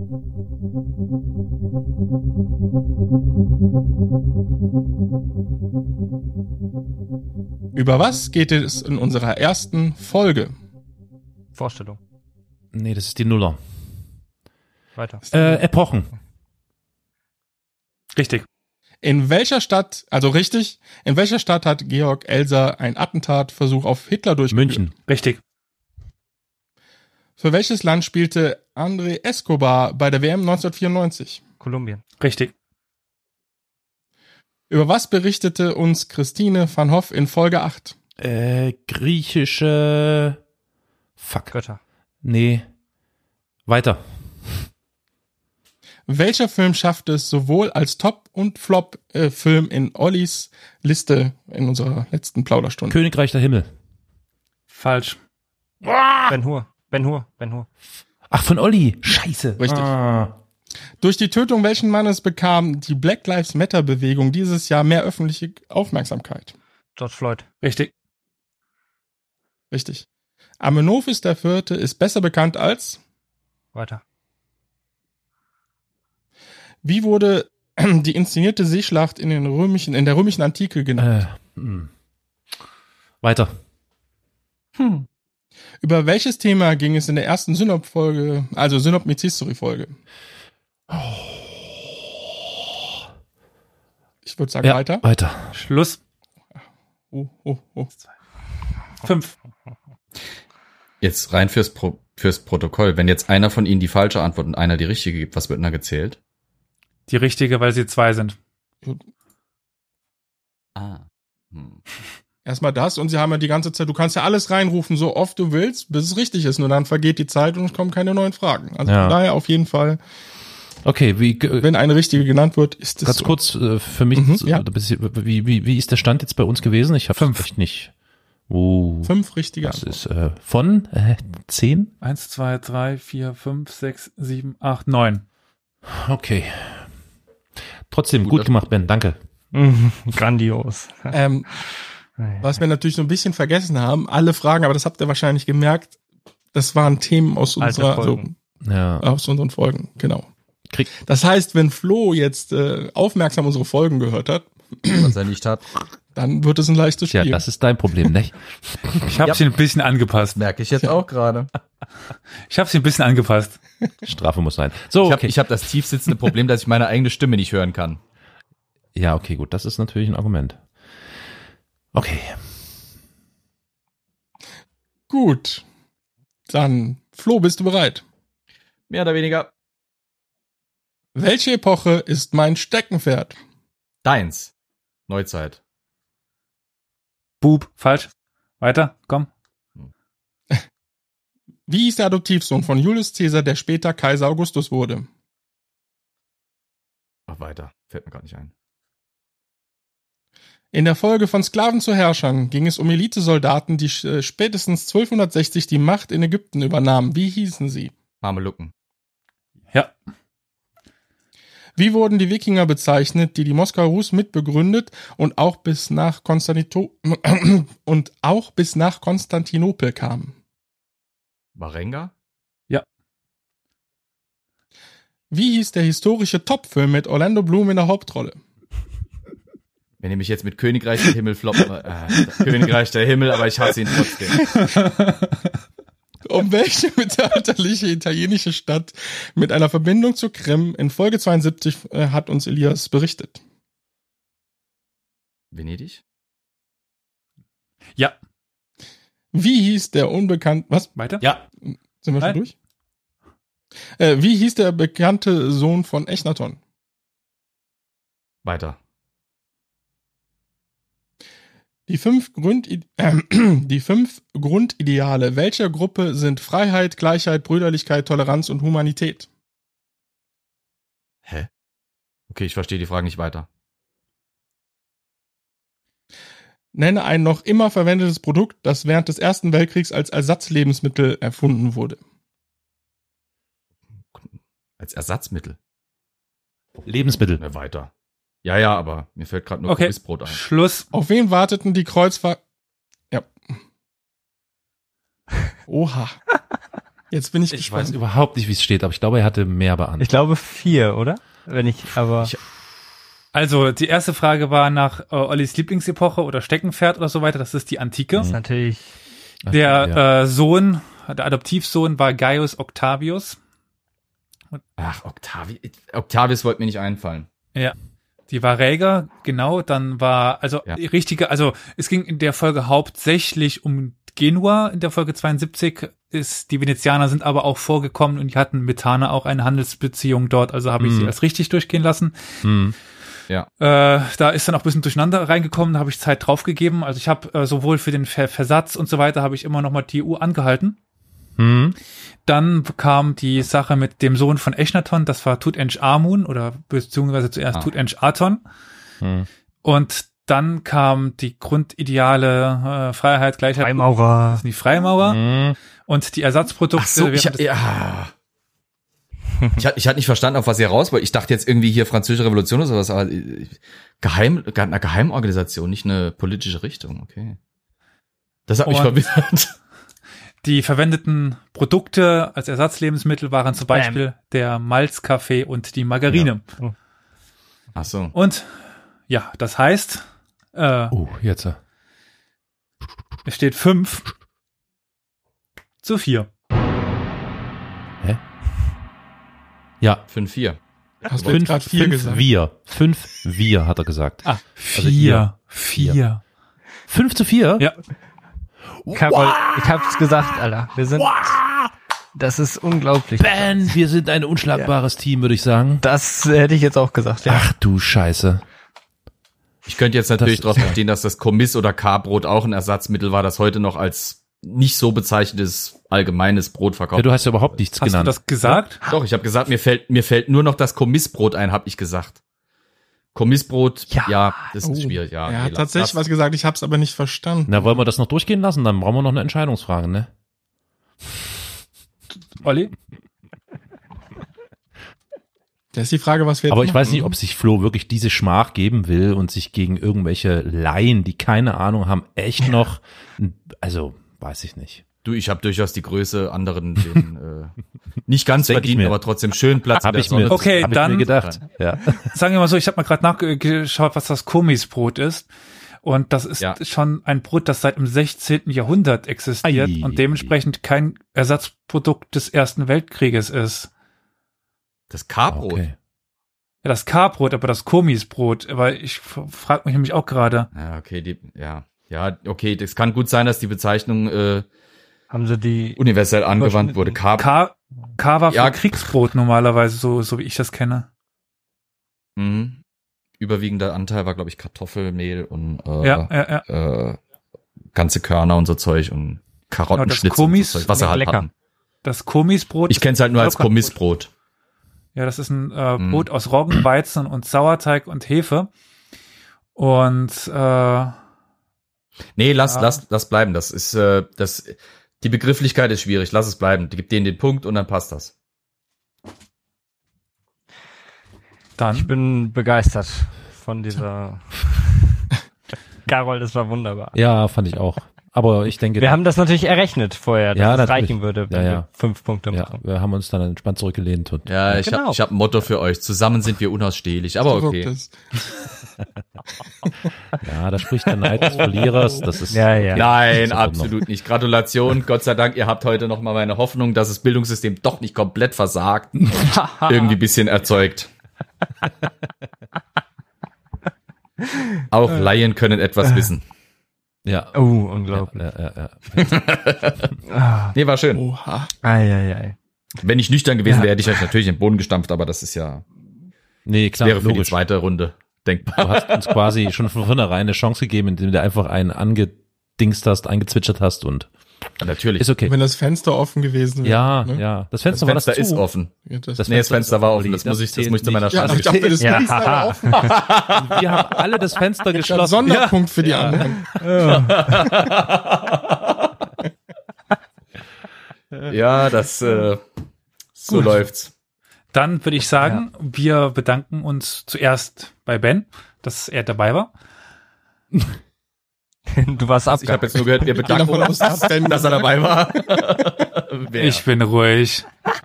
Über was geht es in unserer ersten Folge? Vorstellung. Nee, das ist die Nuller. Weiter. Epochen. Richtig. In welcher Stadt, also richtig, in welcher Stadt hat Georg Elser einen Attentatversuch auf Hitler durchgeführt? München. Richtig. Für welches Land spielte André Escobar bei der WM 1994? Kolumbien. Richtig. Über was berichtete uns Christine van Hoff in Folge 8? Griechische Fuck. Götter. Nee. Weiter. Welcher Film schaffte es sowohl als Top- und Flop-Film in Ollis Liste in unserer letzten Plauderstunde? Königreich der Himmel. Falsch. Ben Hur. Ben Hur. Ben Hur. Ach, von Olli. Scheiße. Richtig. Ah. Durch die Tötung welchen Mannes bekam die Black Lives Matter-Bewegung dieses Jahr mehr öffentliche Aufmerksamkeit? George Floyd. Richtig. Richtig. Amenophis IV. Ist besser bekannt als? Weiter. Wie wurde die inszenierte Seeschlacht in der römischen Antike genannt? Weiter. Über welches Thema ging es in der ersten Synop-Folge, also Synop Meets History-Folge? Ich würde sagen, Ja, weiter. weiter. Schluss. Oh. 5. Jetzt rein fürs Protokoll. Wenn jetzt einer von Ihnen die falsche Antwort und einer die richtige gibt, was wird denn da gezählt? Die richtige, weil sie 2 sind. Ah. Erstmal das und sie haben ja die ganze Zeit, du kannst ja alles reinrufen, so oft du willst, bis es richtig ist, nur dann vergeht die Zeit und es kommen keine neuen Fragen. Also Ja. von daher auf jeden Fall, Okay, wenn eine richtige genannt wird, ist es ganz so. kurz für mich, ja. wie ist der Stand jetzt bei uns gewesen? Ich habe 5. echt nicht. 5 richtige Das Antworten. ist von 10? 1, 2, 3, 4, 5, 6, 7, 8, 9. Okay. Trotzdem Gut, gut das- gemacht, Ben. Danke. Grandios. Was wir natürlich so ein bisschen vergessen haben, alle Fragen, aber das habt ihr wahrscheinlich gemerkt, das waren Themen aus Alte unserer, Folgen. Ja. aus unseren Folgen, genau. Krieg, Das heißt, wenn Flo jetzt aufmerksam unsere Folgen gehört hat, Was er nicht hat, dann wird es ein leichtes ja, Spiel. das ist dein Problem, ne? Ich habe sie ein bisschen angepasst. merke ich jetzt auch gerade. Ich habe sie ein bisschen angepasst. Strafe muss sein. So, okay. Ich hab das tief sitzende Problem, dass ich meine eigene Stimme nicht hören kann. Ja, okay, gut. Das ist natürlich ein Argument. Okay. Gut. Dann, Flo, bist du bereit? Mehr oder weniger. Welche Epoche ist mein Steckenpferd? Deins. Neuzeit. Bub. Falsch. Weiter. Komm. Wie hieß der Adoptivsohn von Julius Caesar, der später Kaiser Augustus wurde? Ach, weiter. Fällt mir gar nicht ein. In der Folge von Sklaven zu Herrschern ging es um Elitesoldaten, die spätestens 1260 die Macht in Ägypten übernahmen. Wie hießen sie? Mamelucken. Ja. Wie wurden die Wikinger bezeichnet, die die Moskauer Rus mitbegründet und auch bis nach Konstantinopel kamen? Marenga? Ja. Wie hieß der historische Top-Film mit Orlando Bloom in der Hauptrolle? Wenn ihr mich jetzt mit Königreich der Himmel Königreich der Himmel, aber ich hasse ihn trotzdem. Um welche mittelalterliche italienische Stadt mit einer Verbindung zur Krim in Folge 72 hat uns Elias berichtet? Venedig? Ja. Wie hieß der unbekannte... Was? Weiter? Ja. Sind wir schon durch? Wie hieß der bekannte Sohn von Echnaton? Weiter. Die fünf Grundideale welcher Gruppe sind Freiheit, Gleichheit, Brüderlichkeit, Toleranz und Humanität? Hä? Okay, ich verstehe die Frage nicht weiter. Nenne ein noch immer verwendetes Produkt, das während des Ersten Weltkriegs als Ersatzlebensmittel erfunden wurde. Als Ersatzmittel? Lebensmittel. Na, weiter. Ja, aber mir fällt gerade nur Kubisbrot ein. Schluss. Auf wen warteten die Kreuzfahrer? Ja. Oha. Jetzt bin ich Ich gespannt. weiß überhaupt nicht, wie es steht, aber ich glaube, er hatte mehr beantwortet. Ich glaube 4, oder? Also, die erste Frage war nach Ollis Lieblingsepoche oder Steckenpferd oder so weiter. Das ist die Antike. Das ist natürlich... Der Sohn, der Adoptivsohn war Gaius Octavius. Ach, Octavius wollte mir nicht einfallen. Ja. Die war Rhaegar, genau, dann war, die richtige, es ging in der Folge hauptsächlich um Genua, in der Folge 72 die Venezianer sind aber auch vorgekommen und die hatten mit Tana auch eine Handelsbeziehung dort, also habe ich sie als richtig durchgehen lassen. Ja. Da ist dann auch ein bisschen durcheinander reingekommen, da habe ich Zeit draufgegeben, also ich habe sowohl für den Versatz und so weiter, habe ich immer noch mal die EU angehalten. Dann kam die Sache mit dem Sohn von Echnaton, das war Tutanchamun oder beziehungsweise zuerst Tutanchaton. Und dann kam die Grundideale Freiheit, Gleichheit. Freimaurer. Das sind die Freimaurer. Und die Ersatzprodukte. Ach so, ich hatte nicht verstanden, auf was ihr raus wollt. Ich dachte jetzt irgendwie hier Französische Revolution oder sowas, aber eine Geheimorganisation, nicht eine politische Richtung, okay. Das hat mich verwirrt. Die verwendeten Produkte als Ersatzlebensmittel waren zum Beispiel der Malzkaffee und die Margarine. Ja. Ach so. Und ja, das heißt, jetzt. Es steht 5-4. Hä? Ja. 5-4. Hast du jetzt gerade 4 gesagt? 5-4 hat er gesagt. 4. 5-4? Ja. Ich hab's gesagt, Alter. Das ist unglaublich. Ben, wir sind ein unschlagbares Team, würde ich sagen. Das hätte ich jetzt auch gesagt, ja. Ach du Scheiße. Ich könnte jetzt natürlich daraus verstehen, dass das Kommiss- oder K-Brot auch ein Ersatzmittel war, das heute noch als nicht so bezeichnetes allgemeines Brot verkauft. Ja, du hast ja überhaupt nichts genannt. Hast du das gesagt? Doch, ich habe gesagt, mir fällt nur noch das Kommissbrot ein, habe ich gesagt. Kommissbrot, das ist schwierig. Ja, er hat tatsächlich was gesagt, ich habe es aber nicht verstanden. Na, wollen wir das noch durchgehen lassen? Dann brauchen wir noch eine Entscheidungsfrage, ne? Olli? Das ist die Frage, was wir jetzt Aber ich machen. weiß nicht, ob sich Flo wirklich diese Schmach geben will und sich gegen irgendwelche Laien, die keine Ahnung haben, echt noch, weiß ich nicht. Du, ich habe durchaus die Größe, anderen den nicht ganz verdient, aber trotzdem schön Platz. Hab ich mir gedacht. Ja. Sagen wir mal so, ich habe mal gerade nachgeschaut, was das Komisbrot ist. Und das ist schon ein Brot, das seit dem 16. Jahrhundert existiert und dementsprechend kein Ersatzprodukt des Ersten Weltkrieges ist. Das K-Brot? Okay. Ja, das K-Brot, aber das Komisbrot. Aber ich frage mich nämlich auch gerade. Ja, okay, okay, das kann gut sein, dass die Bezeichnung haben sie die universell angewandt wurde. K war für Kriegsbrot normalerweise, so wie ich das kenne. Mhm. Überwiegender Anteil war, glaube ich, Kartoffelmehl und ganze Körner und so Zeug und Karottenschnitzel und so Zeug, was sie halt hatten. Das Komisbrot. Ich kenne es halt nur als Kommissbrot. Ja, das ist ein Brot aus Roggen, Weizen und Sauerteig und Hefe. Und nee, lass bleiben. Das ist die Begrifflichkeit ist schwierig. Lass es bleiben. Gib denen den Punkt und dann passt das. Dann. Ich bin begeistert von dieser Carol, das war wunderbar. Ja, fand ich auch. Aber ich denke... Wir haben das natürlich errechnet vorher, dass es natürlich reichen würde, wenn wir 5 Punkte machen. Ja, wir haben uns dann entspannt zurückgelehnt. Und Ja, ich hab ein Motto für euch. Zusammen sind wir unausstehlich, aber okay. Ja, da spricht der Neid des Verlierers. Das ist Nein, absolut nicht. Gratulation. Gott sei Dank, ihr habt heute noch mal meine Hoffnung, dass das Bildungssystem doch nicht komplett versagt, irgendwie ein bisschen erzeugt. Auch Laien können etwas wissen. Ja. Oh, unglaublich. Ja. Nee, war schön. Oha. Wenn ich nüchtern gewesen wäre, hätte ich euch natürlich in den Boden gestampft, aber das ist ja... Nee, klar, wäre für logisch. die zweite Runde denkbar. Du hast uns quasi schon von vornherein eine Chance gegeben, indem du einfach einen angedingst hast, eingezwitschert hast und natürlich. Ist okay. Wenn das Fenster offen gewesen wäre. Ja, ne? ja. Das Das Fenster Fenster ist offen. Ja, Das Das Fenster war offen. Das muss ich zu meiner ja, Schande ich dachte, das Ja. Fenster war offen. Wir haben alle das Fenster Ein geschlossen. Sonderpunkt für die anderen. Ja, das so Gut. läuft's. Dann würde ich sagen, wir bedanken uns zuerst bei Ben, dass er dabei war. Du warst Ich abgehakt. habe jetzt nur gehört, wir bedanken davon aus, uns, dass Ben dass er dabei war. Ich bin ruhig.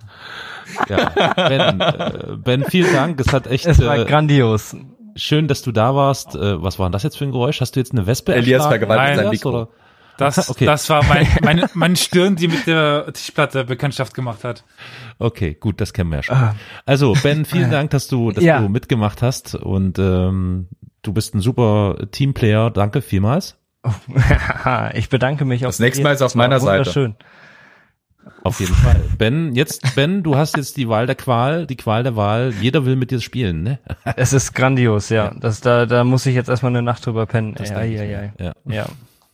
Ja, Ben, vielen Dank. Es hat echt Es war grandios. schön, dass du da warst. Was war denn das jetzt für ein Geräusch? Hast du jetzt eine Wespe Elias erschlagen? vergewaltigt sein Elias, Mikro. oder? Das war meine Stirn, die mit der Tischplatte Bekanntschaft gemacht hat. Okay, gut, das kennen wir ja schon. Also, Ben, vielen Dank, dass du mitgemacht hast und du bist ein super Teamplayer. Danke vielmals. Ich bedanke mich. Das nächste Mal ist auf meiner Seite. Wunderschön. Auf jeden Fall. Ben, du hast jetzt die Wahl der Qual, die Qual der Wahl. Jeder will mit dir spielen, ne? Es ist grandios, ja. Da muss ich jetzt erstmal eine Nacht drüber pennen. Ja.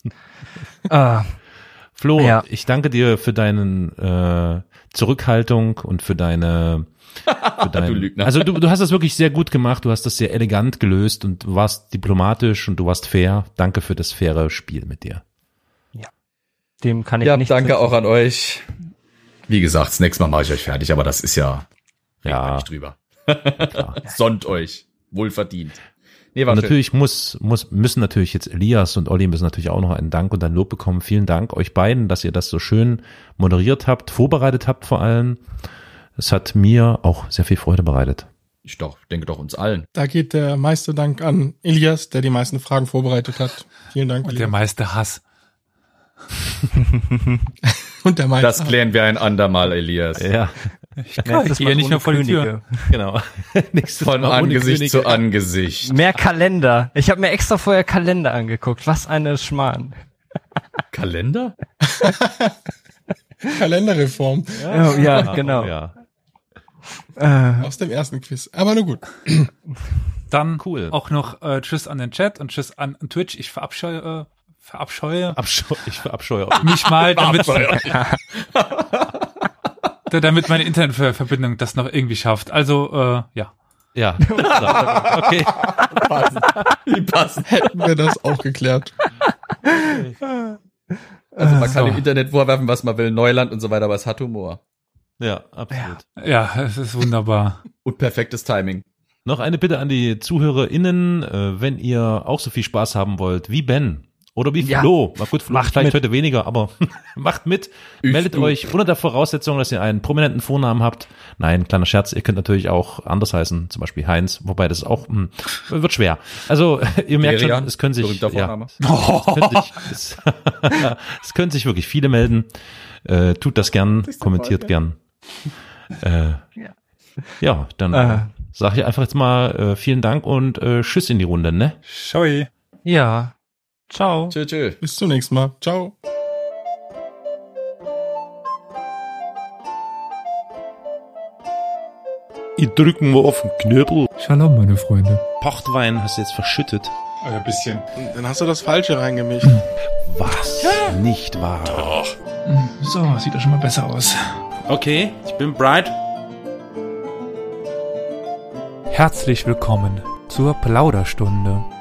Flo, Ja. ich danke dir für deine Zurückhaltung und für deine Du Lügner. Also du hast das wirklich sehr gut gemacht, du hast das sehr elegant gelöst und du warst diplomatisch und du warst fair. Danke für das faire Spiel mit dir. Dem kann ich Ja, nicht. danke auch an euch. Wie gesagt, das nächste Mal mache ich euch fertig, aber das ist ja nicht drüber. Klar. Sonnt euch. Wohlverdient. Nee, war Und schön. natürlich müssen natürlich jetzt Elias und Olli müssen natürlich auch noch einen Dank und ein Lob bekommen. Vielen Dank euch beiden, dass ihr das so schön moderiert habt, vorbereitet habt vor allem. Es hat mir auch sehr viel Freude bereitet. Ich denke doch uns allen. Da geht der meiste Dank an Elias, der die meisten Fragen vorbereitet hat. Vielen Dank. Und Elias. der meiste Hass. Und der meiste. Das klären wir ein andermal, Elias. Ja, Ich gehe nicht mehr vor die Tür. genau. Nächstes Von Mal ohne Angesicht Könige. zu Angesicht. Mehr Kalender. Ich habe mir extra vorher Kalender angeguckt. Was eine Schmarrn. Kalender? Kalenderreform Ja, genau. Ja. aus dem ersten Quiz. Aber nur gut. Dann Cool. auch noch Tschüss an den Chat und Tschüss an Twitch. Ich verabscheue Ich verabscheue mich mal, damit meine Internetverbindung das noch irgendwie schafft. Also, ja. Ja. Okay. Wie passend. Hätten wir das auch geklärt. Also man kann im Internet vorwerfen, was man will, Neuland und so weiter, aber es hat Humor. Ja, absolut. Ja, es ist wunderbar. Und perfektes Timing. Noch eine Bitte an die ZuhörerInnen, wenn ihr auch so viel Spaß haben wollt wie Ben oder wie Ja. Flo. Na gut, Flo Macht vielleicht mit. heute weniger, aber macht mit. Meldet euch unter der Voraussetzung, dass ihr einen prominenten Vornamen habt. Nein, kleiner Scherz, ihr könnt natürlich auch anders heißen, zum Beispiel Heinz, wobei das auch wird schwer. Also ihr merkt Derian, schon, es können sich berühmter Vorname. es können sich wirklich viele melden. Tut das gern, kommentiert gern. Ja, dann sage ich einfach jetzt mal vielen Dank und Tschüss in die Runde, ne? Schoi. Ja. Ciao. Tschö. Bis zum nächsten Mal. Ciao. Ich drücken wir auf den Knöbel. Shalom, meine Freunde. Pochtwein hast du jetzt verschüttet. Ein bisschen. Dann hast du das Falsche reingemischt. Was? Nicht wahr? So, sieht doch schon mal besser aus. Okay, ich bin bereit. Herzlich willkommen zur Plauderstunde.